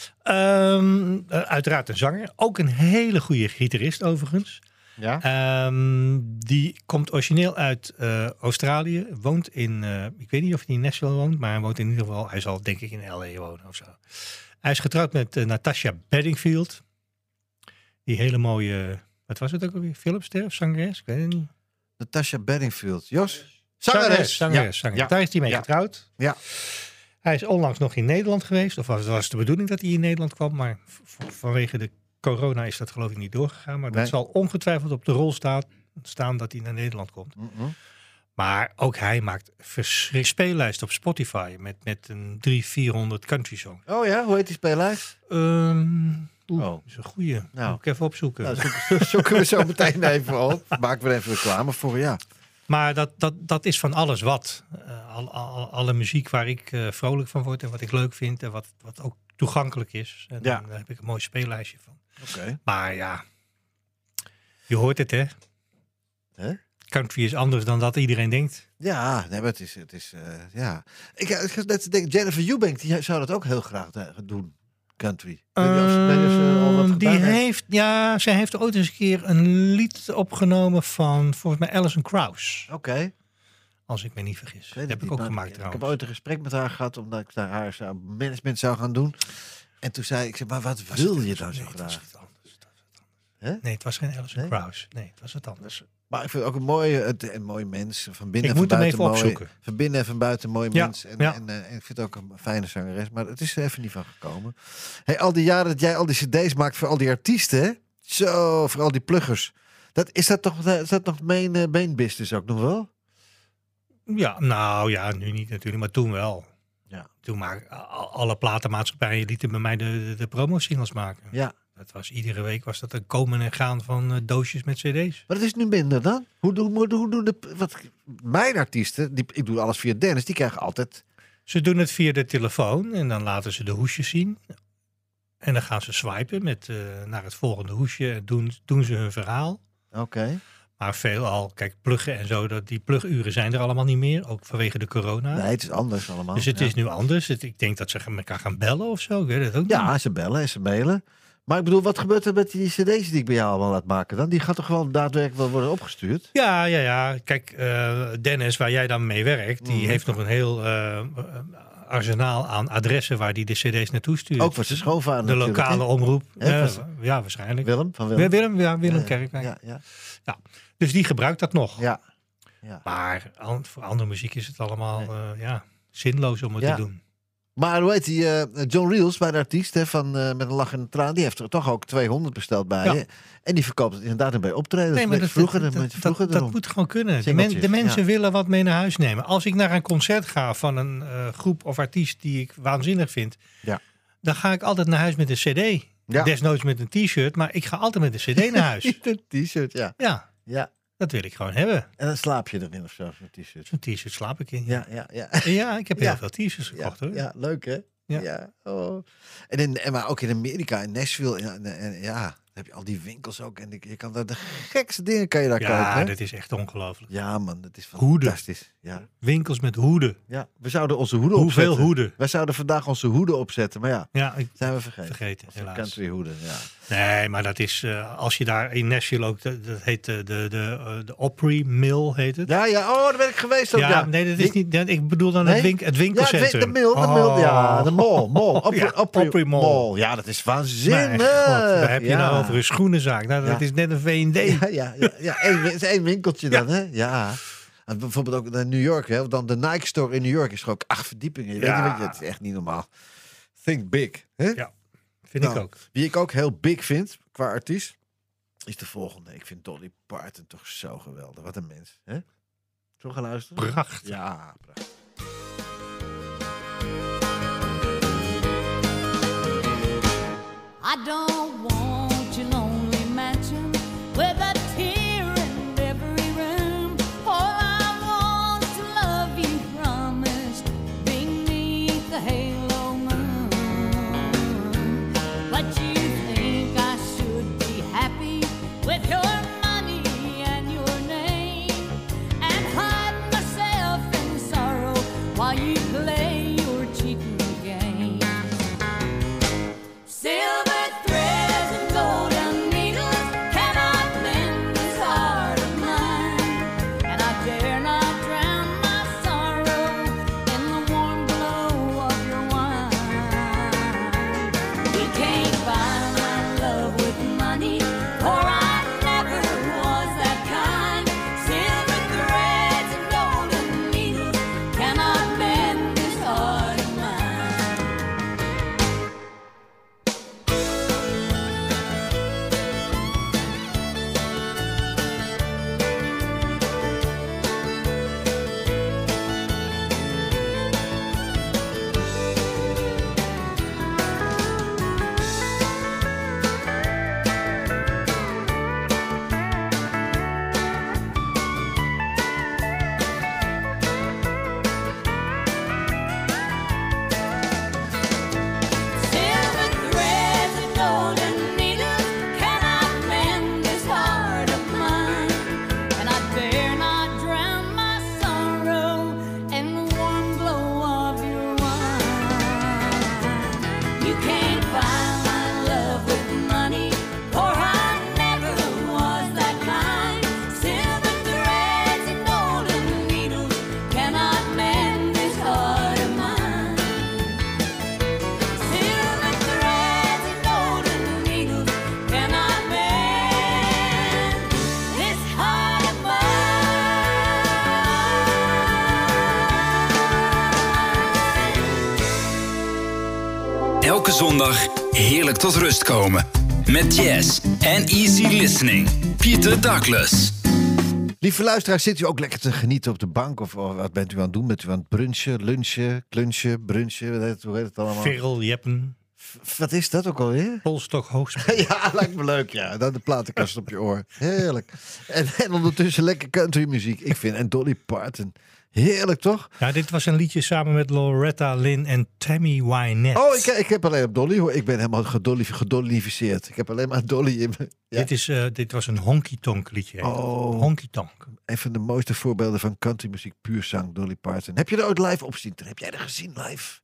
Um, uh, uiteraard een zanger. Ook een hele goede gitarist overigens. Ja. Um, die komt origineel uit uh, Australië. Woont in, uh, ik weet niet of hij in Nashville woont, maar hij woont in ieder geval, hij zal denk ik in L A wonen of zo. Hij is getrouwd met uh, Natasha Bedingfield. Die hele mooie, wat was het ook alweer? Filmster of zangeres? Ik weet het niet. Natasha Bedingfield. Jos? Zangeres, zangeres, Ja. zangeres. Ja. Daar is hij mee Ja. getrouwd. Ja. Hij is onlangs nog in Nederland geweest. Of was, was de bedoeling dat hij in Nederland kwam. Maar v- vanwege de corona is dat geloof ik niet doorgegaan. Maar dat Nee. zal ongetwijfeld op de rol staat, staan dat hij naar Nederland komt. Mm-mm. Maar ook hij maakt verschrikkelijk speellijst op Spotify met, met een drie, vierhonderd country songs. Oh ja, hoe heet die speellijst? Um, Oeh, Oh. dat is een goeie. Nou. Moet ik even opzoeken. Nou, zoeken, zoeken we zo meteen even op. Maken we er even reclame voor, ja. Maar dat, dat, dat is van alles wat. Uh, al, al, alle muziek waar ik uh, vrolijk van word en wat ik leuk vind en wat, wat ook toegankelijk is. En Ja. dan uh, heb ik een mooi speellijstje van. Oké. Okay. Maar ja, je hoort het hè. Hè? Country is anders dan dat iedereen denkt. Ja, nee, maar het is, het is uh, ja. Ik, ik ga net denken, Jennifer Eubank, die zou dat ook heel graag doen. Country. Ik weet niet of ze- weet niet of ze al wat Um, die gedaan heeft. heeft, ja, zij heeft ooit eens een keer een lied opgenomen van volgens mij Alison Krauss. Oké. Als ik me niet vergis. Ik weet Dat het heb ik niet, ook maar gemaakt ik, trouwens. Ik heb ooit een gesprek met haar gehad, omdat ik naar haar zou, management zou gaan doen. En toen zei ik, zeg, maar wat Was wil het- je dan zo nee, het was graag? iets anders. Het was wat anders. Hè? Nee, het was geen Alison Nee? Krauss. Nee, het was wat anders. Maar ik vind het ook een mooie, het, een mooi mens. Van binnen Ik en moet van hem buiten even mooi. opzoeken. Van binnen en van buiten mooi Ja, mens. En, ja. en, uh, en ik vind het ook een fijne zangeres. Maar het is er even niet van gekomen. Hey, al die jaren dat jij al die cd's maakt voor al die artiesten. Hè? Zo, voor al die pluggers. Dat, is dat toch is dat nog main, uh, main business ook nog wel? Ja, nou ja, nu niet natuurlijk, maar toen wel. Ja. Toen maar alle platenmaatschappijen lieten bij mij de, de, de promo-singles maken. Ja. Dat was, iedere week was dat een komen en gaan van uh, doosjes met cd's. Maar dat is nu minder dan? Hoe, doen- hoe, hoe doen de... Wat, mijn artiesten, die, ik doe alles via Dennis, die krijgen altijd... Ze doen het via de telefoon en dan laten ze de hoesjes zien. En dan gaan ze swipen met, uh, naar het volgende hoesje en doen, doen ze hun verhaal. Oké. Maar veelal, kijk, pluggen en zo, dat, die pluguren zijn er allemaal niet meer. Ook vanwege de corona. Nee, het is anders allemaal. dus het ja. is nu anders. Het, ik denk dat ze gaan- elkaar gaan bellen of zo. Ik weet het ook niet. Ja, ze bellen en ze mailen. Maar ik bedoel, wat gebeurt er met die cd's die ik bij jou allemaal laat maken dan? Die gaat toch gewoon daadwerkelijk wel worden opgestuurd? Ja, ja, ja. Kijk, uh, Dennis, waar jij dan mee werkt, die Mhm. heeft nog een heel uh, arsenaal aan adressen waar die de cd's naartoe stuurt. Ook voor zijn schoonvader de natuurlijk, lokale hè? omroep. Hè, Uh, van- ja, waarschijnlijk. Willem, van Willem, Willem. Willem, ja, Willem Ja, Kerkwijk. Ja, ja, Dus die gebruikt dat nog. ja. ja. Maar an- voor andere muziek is het allemaal uh, ja, zinloos om het Ja. te doen. Maar hoe heet die? uh, John Reels, bij de artiest hè, van uh, Met een lach en een traan, die heeft er toch ook tweehonderd besteld bij Ja. je. En die verkoopt het inderdaad bij optreden. Nee, maar dat, dat, vroeger, dat, dat, dat, vroeger dat erom. moet gewoon kunnen. De, Singeltjes, men- de mensen ja. willen wat mee naar huis nemen. Als ik naar een concert ga van een uh, groep of artiest die ik waanzinnig vind, Ja. dan ga ik altijd naar huis met een cd. Ja. Desnoods met een t-shirt, maar ik ga altijd met een cd naar huis. Een t-shirt, ja. Ja, ja. dat wil ik gewoon hebben. En dan slaap je erin of zo, zo'n t-shirt. Zo'n t-shirt slaap ik in. Ja, ja, ja. Ja, ik heb Ja. heel veel t-shirts Ja, gekocht hoor. ja, leuk hè? Ja. Ja. Oh. En, in, en maar ook in Amerika, in Nashville, ja, en, en, ja, dan heb je al die winkels ook. En je kan daar de gekste dingen kan je daar kopen. Ja, hè? dat is echt ongelooflijk. Ja man, dat is Hoeden. fantastisch. Ja. Winkels met hoeden. Ja, we zouden onze hoeden Hoeveel opzetten. hoeden? Wij zouden vandaag onze hoeden opzetten, maar ja, Ja, ik zijn we vergeten. vergeten, Onze helaas. country hoeden, ja. Nee, maar dat is, uh, als je daar in Nashville ook, dat dat heet de, de, de, uh, de Opry Mill heet het. Ja, ja, oh, daar ben ik geweest ook, ja. Ja, nee, dat is Die- niet, dat- ik bedoel dan Nee? het, wink, het Ja, winkelcentrum. de mil, de mil, ja, de mall, mall. Opry, Ja, Opry, Opry Mall. mall. Ja, dat is waanzinnig. Mijn god, daar heb je ja. nou over een schoenenzaak. Nou, dat Ja. is net een V en D. Ja, ja, ja, ja. Eén, het is één winkeltje dan, hè? Ja. En bijvoorbeeld ook naar New York, hè? Want dan de Nike Store in New York is er ook acht verdiepingen. Je weet Ja. je, weet je, het is echt niet normaal. Think big, hè? Ja, vind Nou, ik ook. Wie ik ook heel big vind, qua artiest, is de volgende. Ik vind Dolly Parton toch zo geweldig. Wat een mens, hè? Zo gaan luisteren? Prachtig. Ja, prachtig. I don't want your lonely mansion with a tear in every room. All I want is to love you, promised beneath the halo moon. But you think I should be happy with your money and your name, and hide myself in sorrow while you play your cheating game. Silver threads Elke zondag heerlijk tot rust komen. Met jazz en easy listening. Peter Douglas. Lieve luisteraars, zit u ook lekker te genieten op de bank? Of, of wat bent u aan het doen? Bent u aan het brunchen, lunchen, klunchen, brunchen? Wat heet, hoe heet het allemaal? Virrel, Jeppen, F- wat is dat ook alweer? polstok, hoogspel. Ja, lijkt me leuk, ja. Dan de platenkast op je oor. Heerlijk. En, en ondertussen lekker countrymuziek. Ik vind, en Dolly Parton. Heerlijk, toch? Ja, dit was een liedje samen met Loretta Lynn en Tammy Wynette. Oh, ik, ik heb alleen op Dolly, hoor. Ik ben helemaal gedolly, gedollificeerd. Ik heb alleen maar Dolly in me. Ja. Dit, is, uh, dit was een honky-tonk liedje. heet het. Oh. Honky-tonk. Een van de mooiste voorbeelden van countrymuziek, puur zang, Dolly Parton. Heb je er ooit live op zien? Heb jij er gezien live?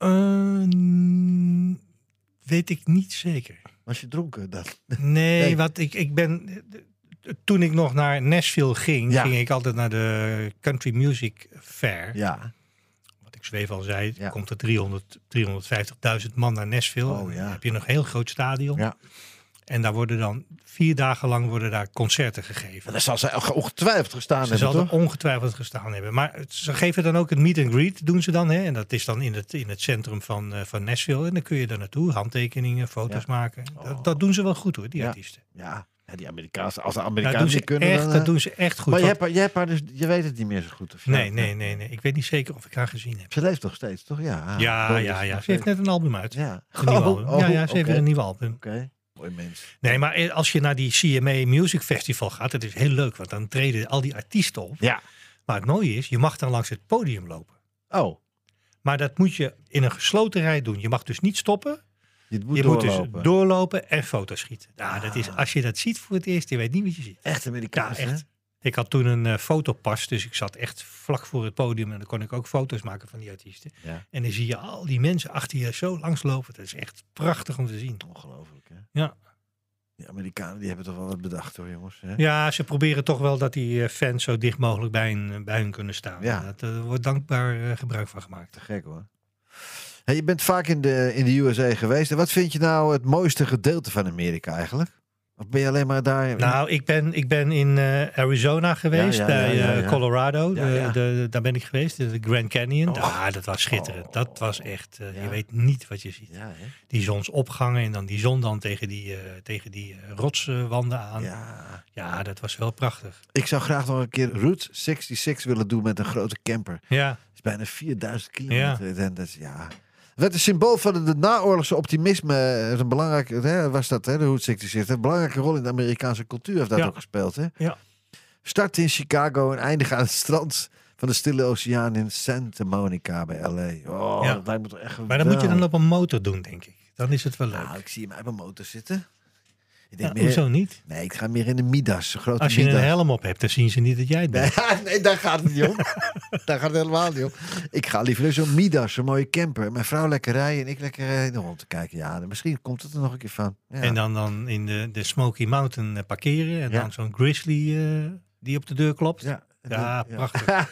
Uh, weet ik niet zeker. Was je dronken dan? Nee, Nee. want ik, ik ben... Toen ik nog naar Nashville ging, Ja. ging ik altijd naar de Country Music Fair. Ja. Wat ik zweef al zei, Ja. komt er driehonderd, driehonderdvijftigduizend man naar Nashville. Oh, En ja. dan heb je nog een heel groot stadion. Ja. En daar worden dan vier dagen lang worden daar concerten gegeven. Daar zal ze ongetwijfeld gestaan Ze hebben, zal er toch? ongetwijfeld gestaan hebben. Maar het- ze geven dan ook een meet and greet, doen ze dan. Hè? En dat is dan in het, in het centrum van, uh, van Nashville. En dan kun je daar naartoe, handtekeningen, foto's Ja. maken. Oh. Dat, dat doen ze wel goed hoor, die Ja. artiesten. Ja. Ja, die Amerikaanse, als de Dat Amerikanen doen, ze niet kunnen, echt, dan... dat eh, doen ze echt goed. maar je Want- hebt, haar, je hebt haar dus, je weet het niet meer zo goed. Of nee, ja? nee, nee, nee. Ik weet niet zeker of ik haar gezien heb. Ze leeft nog steeds, toch? Ja, Ja, Dolly ja, is ja. nog Ze heeft steeds- net een album uit. Ja. Een nieuw Oh, album. oh, ja, ja, ze heeft oké. weer een nieuw album. Oké, mooi mens. Nee, maar eh, als je naar die C M A Music Festival gaat, dat is heel leuk. Want dan treden al die artiesten op. Ja. Maar het mooie is, je mag dan langs het podium lopen. Oh, Maar dat moet je in een gesloten rij doen. Je mag dus niet stoppen. je moet je moet doorlopen. dus doorlopen en foto's schieten. Nou, dat is, Ah. als je dat ziet voor het eerst, je weet niet wat je ziet. Echt Ja, Amerikaans, hè? echt. Ik had toen een uh, fotopas, dus ik zat echt vlak voor het podium. En dan kon ik ook foto's maken van die artiesten. Ja. En dan zie je al die mensen achter je zo langslopen. Dat is echt prachtig om te zien. Ongelooflijk, hè? Ja. Die Amerikanen die hebben toch wel wat bedacht, hoor, jongens. Hè? Ja, ze proberen toch wel dat die eh, fans zo dicht mogelijk bij hun, bij hun kunnen staan. Ja. Dat er wordt dankbaar eh, gebruik van gemaakt. Te gek, hoor. Hey, je bent vaak in de, in de U S A geweest. En wat vind je nou het mooiste gedeelte van Amerika eigenlijk? Of ben je alleen maar daar... Nou, ik ben, ik ben in eh, Arizona geweest, Ja, ja, bij ja, ja, eh, ja. Colorado. Ja, De, ja. de, daar ben ik geweest, de Grand Canyon. Oh. Ja, dat was schitterend. Dat was echt, eh, Ja. je weet niet wat je ziet. Ja, hè? Die zonsopgangen en dan die zon dan tegen die, eh, tegen die eh, rotswanden aan. Ja. Ja. dat was wel prachtig. Ik zou graag nog een keer Route zesenzestig willen doen met een grote camper. Ja, Het is bijna vierduizend kilometer. En dat is, ja... Het werd een symbool van de, de naoorlogse optimisme. Het is een belangrijke, hè, was dat, hè, de Route zesenzestig. Een belangrijke rol in de Amerikaanse cultuur heeft dat Ja. ook gespeeld. Hè? Ja. Start in Chicago en eindigen aan het strand van de Stille Oceaan in Santa Monica bij L A. Oh, Ja. dat lijkt me toch echt maar dat moet je dan geweldig. op een motor doen, denk ik. Dan is het wel leuk. Nou, ik zie hem uit mijn motor zitten. Ik Ja, denk meer, hoezo niet? nee, ik ga meer in de Midas. Een grote Als je Midas. een helm op hebt, dan zien ze niet dat jij het bent. Nee, nee, daar gaat het niet om. Daar gaat het helemaal niet om. Ik ga liever in zo'n Midas, zo'n mooie camper. Mijn vrouw lekker rijden en ik lekker eh, in de rond te kijken. Ja, misschien komt het er nog een keer van. Ja. En dan, dan in de, de Smoky Mountain eh, parkeren. En Ja. dan zo'n grizzly eh, die op de deur klopt. Ja, Ja, prachtig.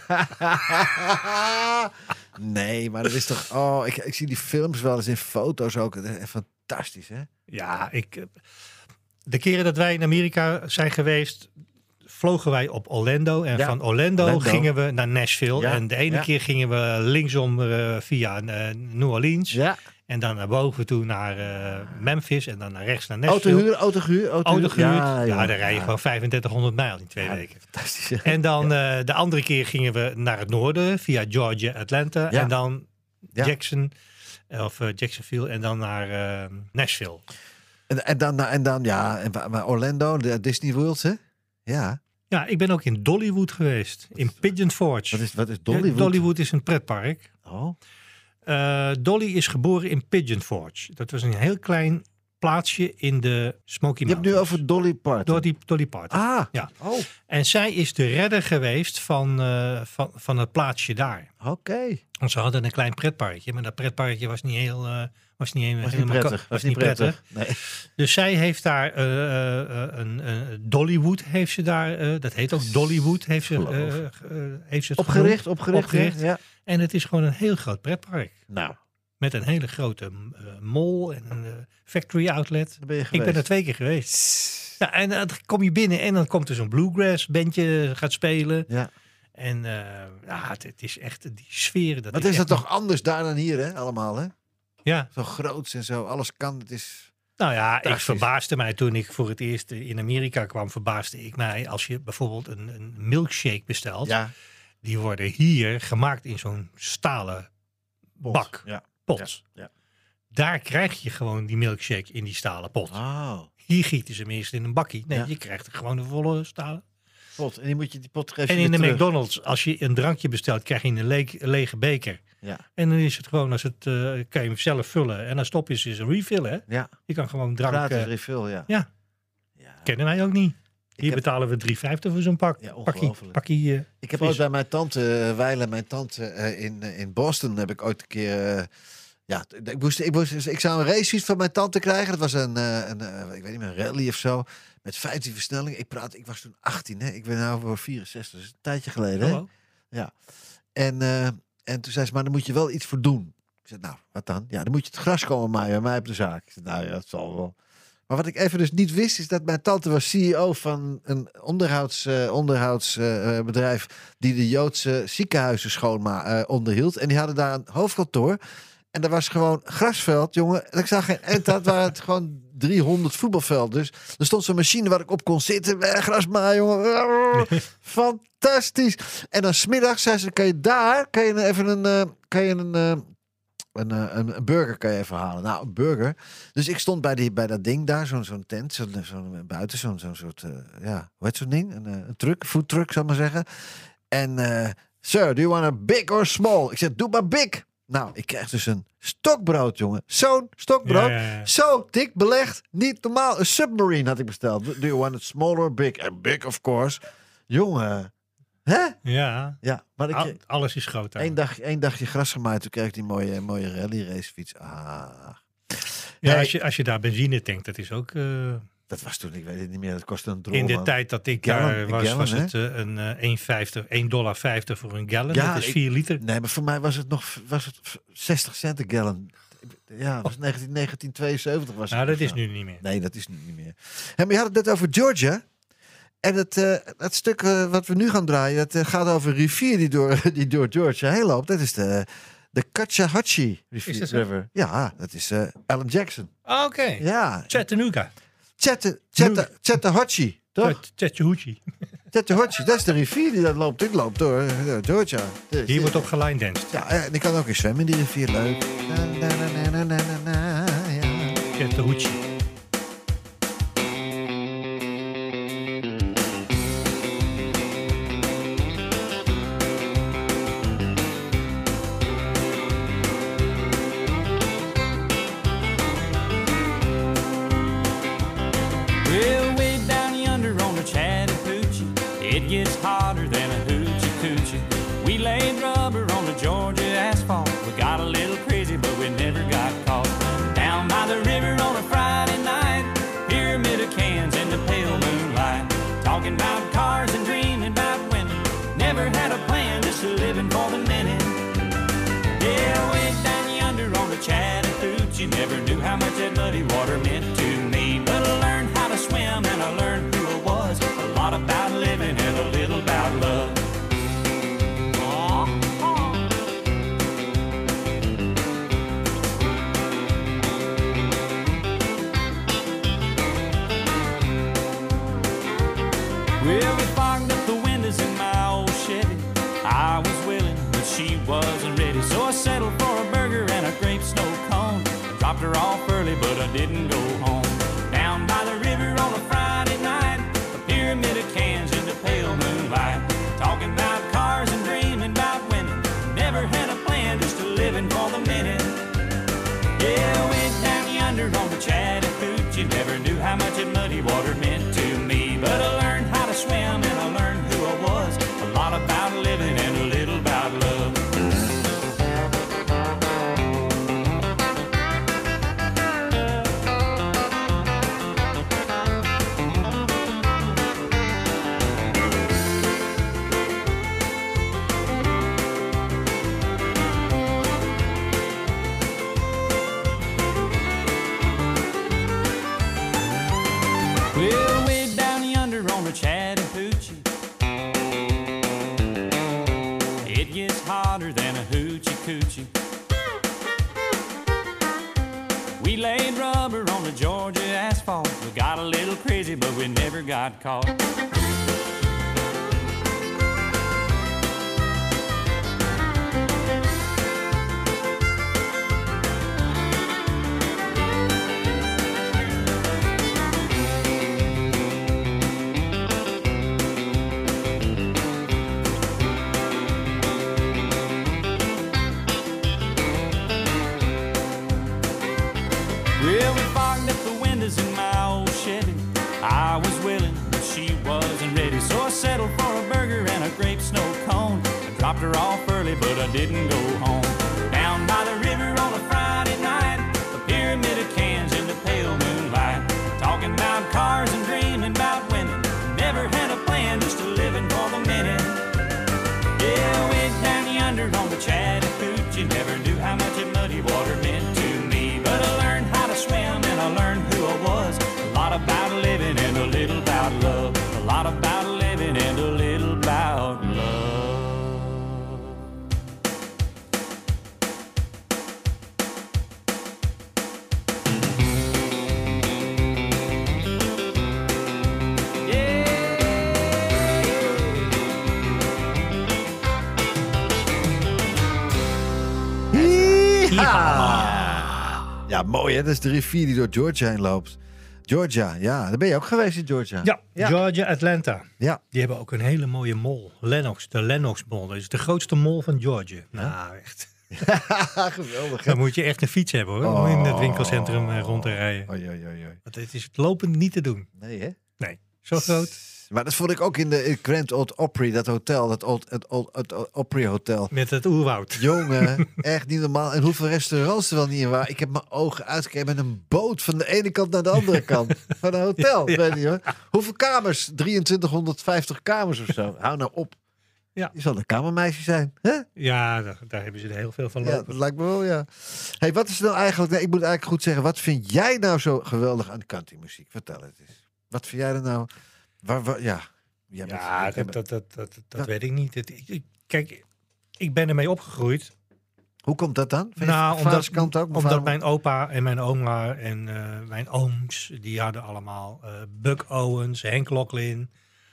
nee, maar dat is toch... Oh, ik, ik zie die films wel eens in foto's ook. Dat is echt fantastisch, hè? Ja, ik, eh, de keren dat wij in Amerika zijn geweest, vlogen wij op Orlando. En Ja, van Orlando, Orlando. gingen we naar Nashville. Ja, En de ene ja. keer gingen we linksom eh, via eh, New Orleans. Ja. En dan naar boven toe naar eh, Memphis. En dan naar rechts naar Nashville. Autohuur, autohuur, autohuur. Auto gehuurd. Ja, joh. daar rij je gewoon vijfentwintighonderd mijl in twee Ja, weken. Fantastisch, hè? En dan eh, de andere keer gingen we naar het noorden via Georgia, Atlanta. Ja. En dan Ja. Jackson, of eh, Jacksonville en dan naar eh, Nashville. En, en, dan, en dan, ja, en, wa- maar Orlando, de Disney World, hè? Ja. Ja, ik ben ook in Dollywood geweest, in Pigeon Forge. Wat is, wat is Ja, Dollywood? Dollywood is een pretpark. Oh, Eh, Dolly is geboren in Pigeon Forge. Dat was een heel klein plaatsje in de Smoky je hebt Mountains. nu over Dolly Parton. Dolly, Dolly Parton. Ah, Ja. oh, En zij is de redder geweest van, eh, van, van het plaatsje daar. oké. Want ze hadden een klein pretparkje, maar dat pretparkje was niet heel, eh, was niet, heel- Was niet helemaal ko- prettig. was niet prettig. Nee. Dus zij heeft daar eh, eh, een, een Dollywood heeft ze daar, eh, dat heet ook Dollywood heeft ze, Geloof. eh, eh, heeft ze het Opgericht, genoemd. opgericht. Opgericht. hè? Ja. En het is gewoon een heel groot pretpark Nou, met een hele grote eh, mall en een eh, factory outlet. daar ben je Ik geweest. ben er twee keer geweest. Ja, en dan kom je binnen en dan komt er zo'n bluegrass bandje gaat spelen. Ja. En eh, ja, het, het is echt die sfeer. Dat Wat is is echt dat toch anders daar dan hier, hè? Allemaal, hè? Ja. Zo groots en zo. Alles kan. Het is... Nou ja, ik Fantastisch. verbaasde mij toen ik voor het eerst in Amerika kwam, verbaasde ik mij als je bijvoorbeeld een, een milkshake bestelt. Ja. Die worden hier gemaakt in zo'n stalen bak, Ja. pot. Ja, ja. Daar krijg je gewoon die milkshake in die stalen pot. Oh. Hier gieten ze hem eerst in een bakkie. Nee, Ja. je krijgt er gewoon een volle stalen. Pot. En die moet je die pot geven. En in de McDonald's, als je een drankje bestelt, krijg je een le- lege beker. Ja. En dan is het gewoon, als het, uh, kan je hem zelf vullen. En dan stop je, is een refill, hè? Ja. Je kan gewoon drank... Gratis uh, refill, ja. ja, Ja. kennen wij ook niet. Hier heb- betalen we drie vijftig voor zo'n pak. Ja, pakkie. ongelooflijk. pakkie uh, Ik heb vis. ooit bij mijn tante, uh, Weile, mijn tante uh, in, uh, in Boston, heb ik ooit een keer... Uh, ja, ik, moest, ik, moest, ik zou een racefiets van mijn tante krijgen. Dat was een, uh, een uh, ik weet niet meer, een rally of zo. Met vijftien versnellingen. Ik praat, ik was toen achttien, hè. Ik ben nu voor vierenzestig, dat is een tijdje geleden, hè. Hallo. Ja. En, uh, en toen zei ze, maar dan moet je wel iets voor doen. Ik zei, nou, wat dan? Ja, dan moet je het gras komen maaien bij mij op de zaak. Ik zei, nou ja, dat zal wel. Maar wat ik even dus niet wist, is dat mijn tante was C E O van een onderhouds, uh, onderhoudsbedrijf uh, die de Joodse ziekenhuizen schoonma uh, onderhield. En die hadden daar een hoofdkantoor. En daar was gewoon grasveld, jongen. En ik zag geen end, dat waren het gewoon driehonderd voetbalvelden. Dus er stond zo'n machine waar ik op kon zitten. Eh, gras maar, jongen. Fantastisch. En dan 's middags zei ze, kan je daar, kan je even een, uh, kan je een, uh, een, uh, een, een burger kan je even halen. Nou, een burger. Dus ik stond bij, die, bij dat ding daar, zo'n zo'n tent, zo'n zo buiten, zo'n zo'n soort, uh, ja, hoe heet zo'n ding? Een, uh, een truck, food truck, zal ik maar zeggen. En, uh, sir, do you want a big or small? Ik zeg, doe maar big. Nou, ik krijg dus een stokbrood, jongen. Zo'n stokbrood. Ja, ja, ja. Zo dik belegd. Niet normaal. Een submarine had ik besteld. Do you want it small or big? And big, of course. Jongen. Hè? Ja, Ja, maar ik al- kreeg alles is groot daar. één dag, één dagje gras gemaaid. Toen kreeg ik die mooie, mooie rally racefiets. Ah. Ja, Hey, als je, als je daar benzine tankt, dat is ook... uh, dat was toen, ik weet het niet meer. Dat kostte een drol. in de man. tijd dat ik Gallon, daar een was, gallon, was hè? het uh, een uh, één vijftig, één dollar vijftig voor een gallon. Ja, dat is ik- vier liter. Nee, maar voor mij was het nog was het zestig cent een gallon. Ja, dat was negentien, negentien tweeënzeventig was het. Nou, dat of is zo. nu niet meer. Nee, dat is nu niet meer. En maar je had het net over Georgia. En het, uh, het stuk uh, wat we nu gaan draaien, dat uh, gaat over een rivier die door, die door Georgia heen loopt. Dat is de, de Cuyahoga rivier. Is dat zo? River. Ja, dat is uh, Alan Jackson. Ah, Oké, Ja, Chattanooga. Chatta- Chatta- Chattahoochee, toch? Chat- Chattahoochee. Chattahoochee, dat is de rivier die dat loopt. Dit loopt door, door Georgia. Dus, Hier wordt op geline-danced. Ja, en ik kan ook eens zwemmen in die rivier. Leuk. Na, na, na, na, na, na, na, ja. Chattahoochee. Well, way down yonder on the Chattahoochee, it gets hotter than a hoochie coochie. We laid rubber on the Georgia asphalt. We got a little crazy, but we never got caught. Down by the river on a Friday night, pyramid of cans in the pale moonlight. Talking about cars and dreaming about women. Never had a plan, just living for the minute. Yeah, way down yonder on the Chattahoochee, never knew how much that muddy water meant to me. But I learned how to swim and I learned who I was. A lot about living and a little about love. Aw, aw. Well, we fogged up the windows in my old Chevy. I was willing, but she wasn't ready. So I settled for a burger and a grape snow cone. Dropped her off early, but I didn't go home. Down by the river on a Friday night, a pyramid of cans in the pale moonlight. Talking about cars and dreaming about women. Never had a plan, just a living for the minute. Yeah, went down yonder on the Chattahoochee. Never knew how much that muddy water meant to me. But I learned how to swim and I learned who I was. A lot about living and a little about love. Well, way down yonder on the Chattahoochee, it gets hotter than a hoochie coochie. got a little crazy, but we never got caught. Well, we fogged up the windows in my old Chevy. I was willing, but she wasn't ready. So I settled for a burger and a grape snow cone. I dropped her off early, but I didn't go home. Down by the river on a Friday night, a pyramid of cans in the pale moonlight. Talking about cars and dreaming about women. Never had a plan, just a living for the minute. Yeah, way down yonder on the Chattahoochee, never knew how much that muddy water meant to me. But I learned how to swim and I learned who I was. A lot about living and a little about love. A lot about living and a little about love. Ja. Ja, mooi hè. Dat is de rivier die door Georgia heen loopt. Georgia, ja. Daar ben je ook geweest in Georgia. Ja, Ja. Georgia, Atlanta. Ja. Die hebben ook een hele mooie mol. Lennox, de Lennox Mall. Dat is de grootste mol van Georgia. Nou, echt. Geweldig. Dan moet je echt een fiets hebben hoor, om in het winkelcentrum eh, rond te rijden. Oei, oei, oei, oei. Want het is lopend niet te doen. Nee hè? Nee, zo groot. Maar dat vond ik ook in de in Grand Old Opry, dat hotel, dat Old, het Old, het Old Opry Hotel. Met het oerwoud. Jongen, echt niet normaal. En hoeveel restaurants er wel niet in waren. Ik heb mijn ogen uitgekeken met een boot van de ene kant naar de andere kant. Van een hotel, Ja. weet je hoor. Hoeveel kamers? drieëntwintighonderdvijftig kamers of zo. Hou nou op. Ja. Je zal een kamermeisje zijn. Hè? Ja, daar, daar hebben ze er heel veel van Ja, lopen. dat lijkt me wel, ja. Hey, wat is nou eigenlijk... Nee, ik moet eigenlijk goed zeggen. Wat vind jij nou zo geweldig aan countrymuziek? Vertel het eens. Wat vind jij er nou... Waar, waar, ja... Jij bent- Ja, jij dat, bent- dat, dat, dat, dat Ja. weet ik niet. Het, ik, ik- kijk, ik ben ermee opgegroeid. Hoe komt dat dan? Van je Nou, vaders omdat, kant ook? omdat Vader- mijn opa en mijn oma en eh, mijn ooms, die hadden allemaal eh, Buck Owens, Hank Locklin,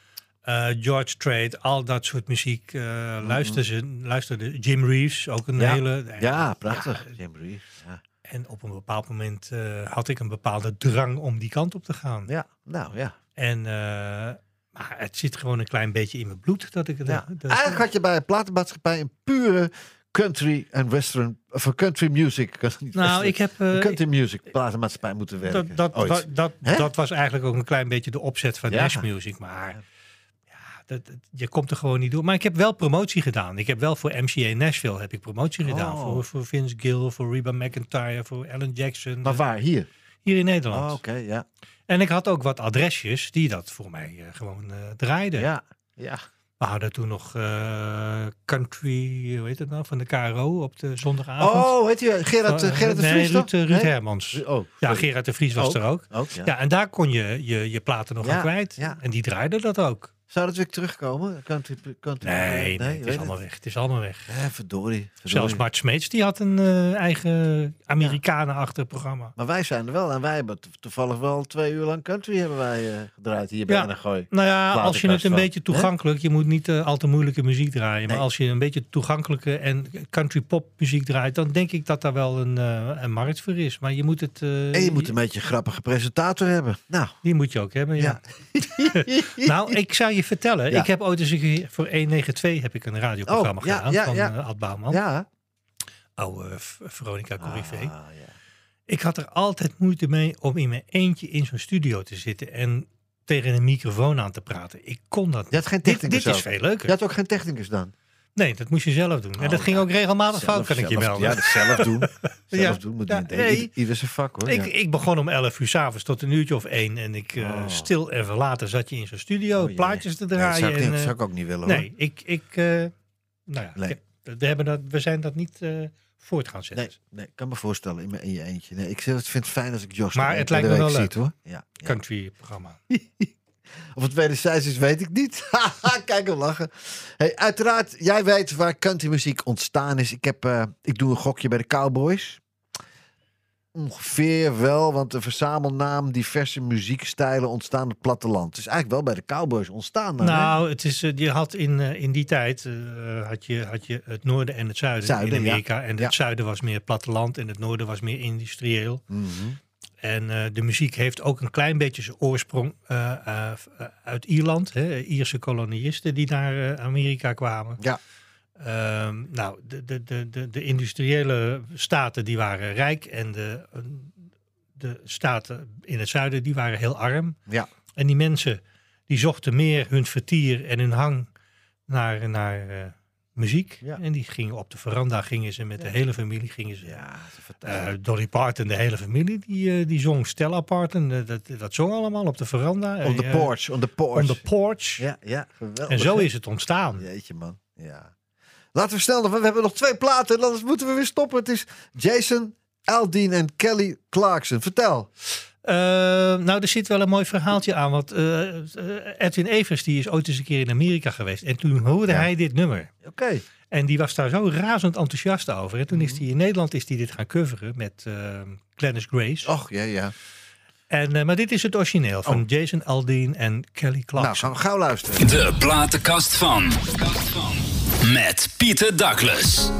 eh, George Strait, al dat soort muziek eh luisterden ze, luisterde Jim Reeves, ook een Mhm. Ja. hele... Ja, prachtig. Ja, Jim Reeves. Ja. en op een bepaald moment eh, had ik een bepaalde drang om die kant op te gaan. ja, nou ja. En eh, maar het zit gewoon een klein beetje in mijn bloed dat ik het... ja. dat- Eigenlijk had je bij een platenmaatschappij een pure country en western... Of een country music. niet nou, western, ik heb... eh, een country music platenmaatschappij moeten werken. Dat, dat, Ooit. wa- dat, Hè? dat was eigenlijk ook een klein beetje de opzet van Ja. Nash Music. Maar ja, dat, dat- je komt er gewoon niet door. Maar ik heb wel promotie gedaan. Ik heb wel voor M C A Nashville heb ik promotie gedaan. Oh. Voor, voor Vince Gill, voor Reba McEntire, voor Alan Jackson. Maar waar? Hier? Hier in Nederland. Oh, oké, ja. En ik had ook wat adresjes die dat voor mij eh, gewoon eh, draaiden. Ja, ja. We hadden toen nog eh, country, hoe heet het nou, van de K R O op de zondagavond. Oh, weet je, Gerard, Uh, eh, Gerard de nee, Vries toch? Ruud, eh, Ruud Nee? Hermans. Oh, Ja, sorry. Gerard de Vries was Ook. er ook. Ook, ja. Ja, en daar kon je je, je platen nog Ja, aan kwijt. ja. En die draaiden dat ook. Zou dat weer terugkomen? Country, country, Nee, nee, je het weet is allemaal weg. Het is allemaal weg. Ja, verdorie. verdorie. Zelfs Mart Smeets, die had een eh, eigen Amerikanen-achtig programma. Maar wij zijn er wel. En wij hebben to- toevallig wel twee uur lang country hebben wij eh, gedraaid hier bij Ja. N G Gooi. Nou ja, als je Platenkast het een van, beetje toegankelijk... Je moet niet eh, al te moeilijke muziek draaien. Maar Nee. als je een beetje toegankelijke en country pop muziek draait... dan denk ik dat daar wel een, eh, een markt voor is. Maar je moet het... eh, En je moet een beetje een grappige presentator hebben. Nou, Die moet je ook hebben, ja. Nou, ik zou je vertellen. Ja. Ik heb ooit eens een keer voor honderdnegenentwintig heb ik een radioprogramma Oh, ja, gedaan ja, van ja. eh, Ad Bouwman. ja. Oude eh, V- Veronica Corrivé. Ah, ja. Ik had er altijd moeite mee om in mijn eentje in zo'n studio te zitten en tegen een microfoon aan te praten. Ik kon dat Je had geen Dit, technicus dit is ook. veel leuker. Je had ook geen technicus dan? Nee, dat moest je zelf doen. en Oh, dat ging ja. ook regelmatig Zelf- fout, kan ik je zelf- melden. Ja, dat zelf doen. Zelf Ja. doen moet Ja, niet. nee. Ieder, ieder zijn vak hoor. Ik, ja. ik begon om elf uur s'avonds tot een uurtje of één. En ik eh, Oh. stil en verlaten zat je in zo'n studio, Oh, jee. plaatjes te Nee, dat draaien. zou ik, en, niet, dat eh, zou ik ook niet willen hoor. nee, ik, ik, eh, nou ja, Nee. ik heb- we, hebben dat, we zijn dat niet eh, voort gaan zetten. Nee, nee, ik kan me voorstellen in, mijn, in je eentje. Nee, ik vind het fijn als ik Jos Maar nog één het keer lijkt de me week wel ziet, hoor. Ja, ja. Country programma. Of het wederzijds is, weet ik niet. Kijk hem lachen. Hey, uiteraard, jij weet waar countrymuziek ontstaan is. Ik, heb, eh, ik doe een gokje bij de Cowboys. ongeveer wel, want de verzamelnaam diverse muziekstijlen ontstaan op het platteland. Het is eigenlijk wel bij de Cowboys ontstaan. Dan, Nou, het is, uh, je had in, uh, in die tijd uh, had, je, had je het noorden en het zuiden, Zuiden, in Amerika. ja. En het Ja. zuiden was meer platteland en het noorden was meer industrieel. Mm-hmm. En uh, de muziek heeft ook een klein beetje zijn oorsprong uh, uh, uit Ierland. Hè, Ierse koloniisten die naar uh, Amerika kwamen. Ja. Um, nou, de, de, de, de, de industriële staten die waren rijk en de, de staten in het zuiden die waren heel arm. Ja. En die mensen die zochten meer hun vertier en hun hang naar, naar uh, muziek. Ja. En die gingen op de veranda, gingen ze met de hele familie, gingen ze... Ja, Uh, Dolly Parton, de hele familie, die, uh, die zong Stella Parton. Uh, dat, dat zong allemaal op de veranda. on the Uh, porch, on the porch. On the porch. Ja, ja, geweldig. En zo hè? is het ontstaan. Jeetje, man. Ja. Laten we snel, we hebben nog twee platen, anders moeten we weer stoppen. Het is Jason Aldean en Kelly Clarkson. Vertel. Uh, nou, er zit wel een mooi verhaaltje aan. Want uh, uh, Edwin Evers die is ooit eens een keer in Amerika geweest. En toen hoorde Ja. hij dit nummer. Oké. Okay. En die was daar zo razend enthousiast over. En toen is hij in Nederland is hij dit gaan coveren met uh, Glennis Grace. Och, ja, ja. En, uh, maar dit is het origineel van Oh. Jason Aldean en Kelly Nou, Clarkson. gaan we gauw luisteren. De platenkast van. Met Pieter Douglas.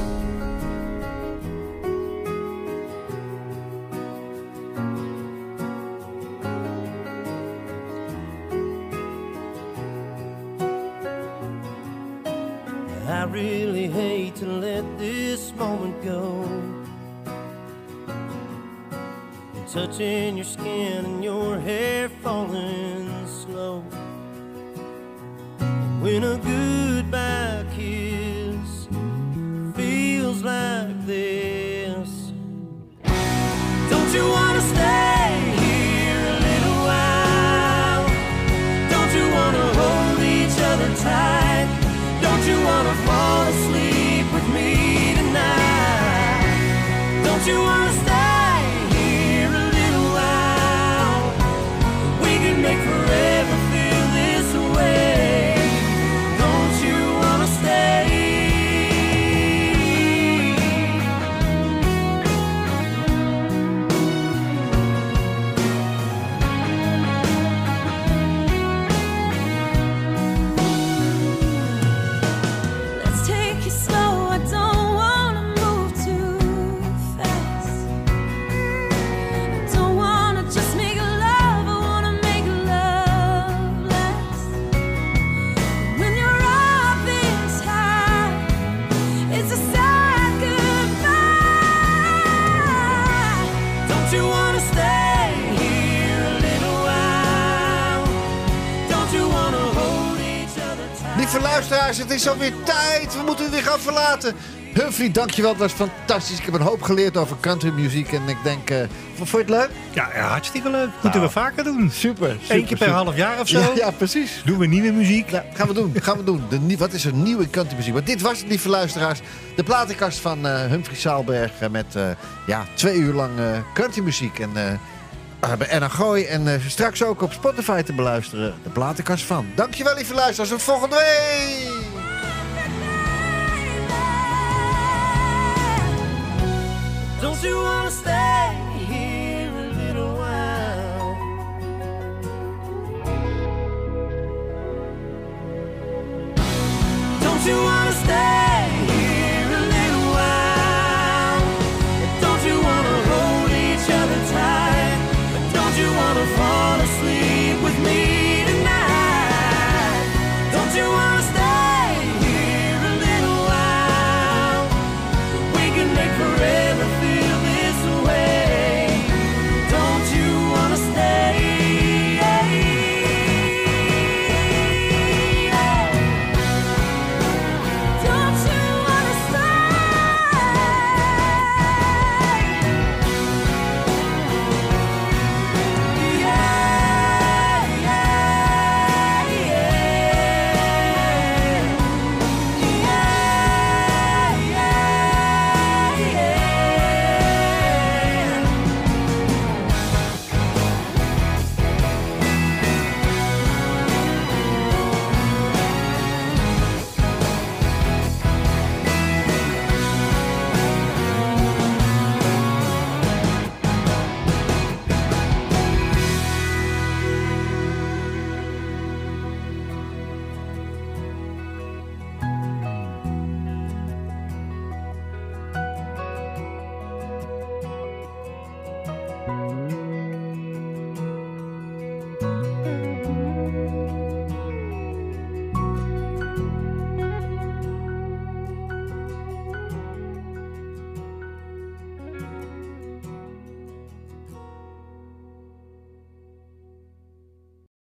I really hate to let this moment go. And touching your skin and your hair falling slow. And when a goodbye kiss feels like this, don't you wanna stay here a little while? Don't you wanna hold each other tight? Don't you wanna fall asleep with me tonight? Don't you wanna stay here a little while? We can make forever feel this way. Don't you wanna stay? Let's take it slow. I don't wanna move too fast. I don't wanna just make love. I wanna make love last. When you're up is high, it's a sad goodbye. Don't you wanna stay here a little while? Don't you wanna hold each other tight? Lieve luisteraars, het is alweer tijd. We moeten het weer gaan verlaten. Humphrey, dankjewel. Het was fantastisch. Ik heb een hoop geleerd over countrymuziek. En ik denk, uh, vond je het leuk? Ja, ja, hartstikke leuk. Moeten we vaker doen. Super. super Eén keer per super. half jaar of zo. Ja, ja, precies. Doen we nieuwe muziek. Ja, gaan we doen, gaan we doen. De, nie- wat is er nieuw in countrymuziek? Maar dit was het, lieve luisteraars. De platenkast van uh, Humphrey Saalberg uh, met uh, ja, twee uur lang uh, countrymuziek. En uh, bij Anna Gooi en uh, straks ook op Spotify te beluisteren. De platenkast van. Dankjewel, lieve luisteraars. Tot volgende week!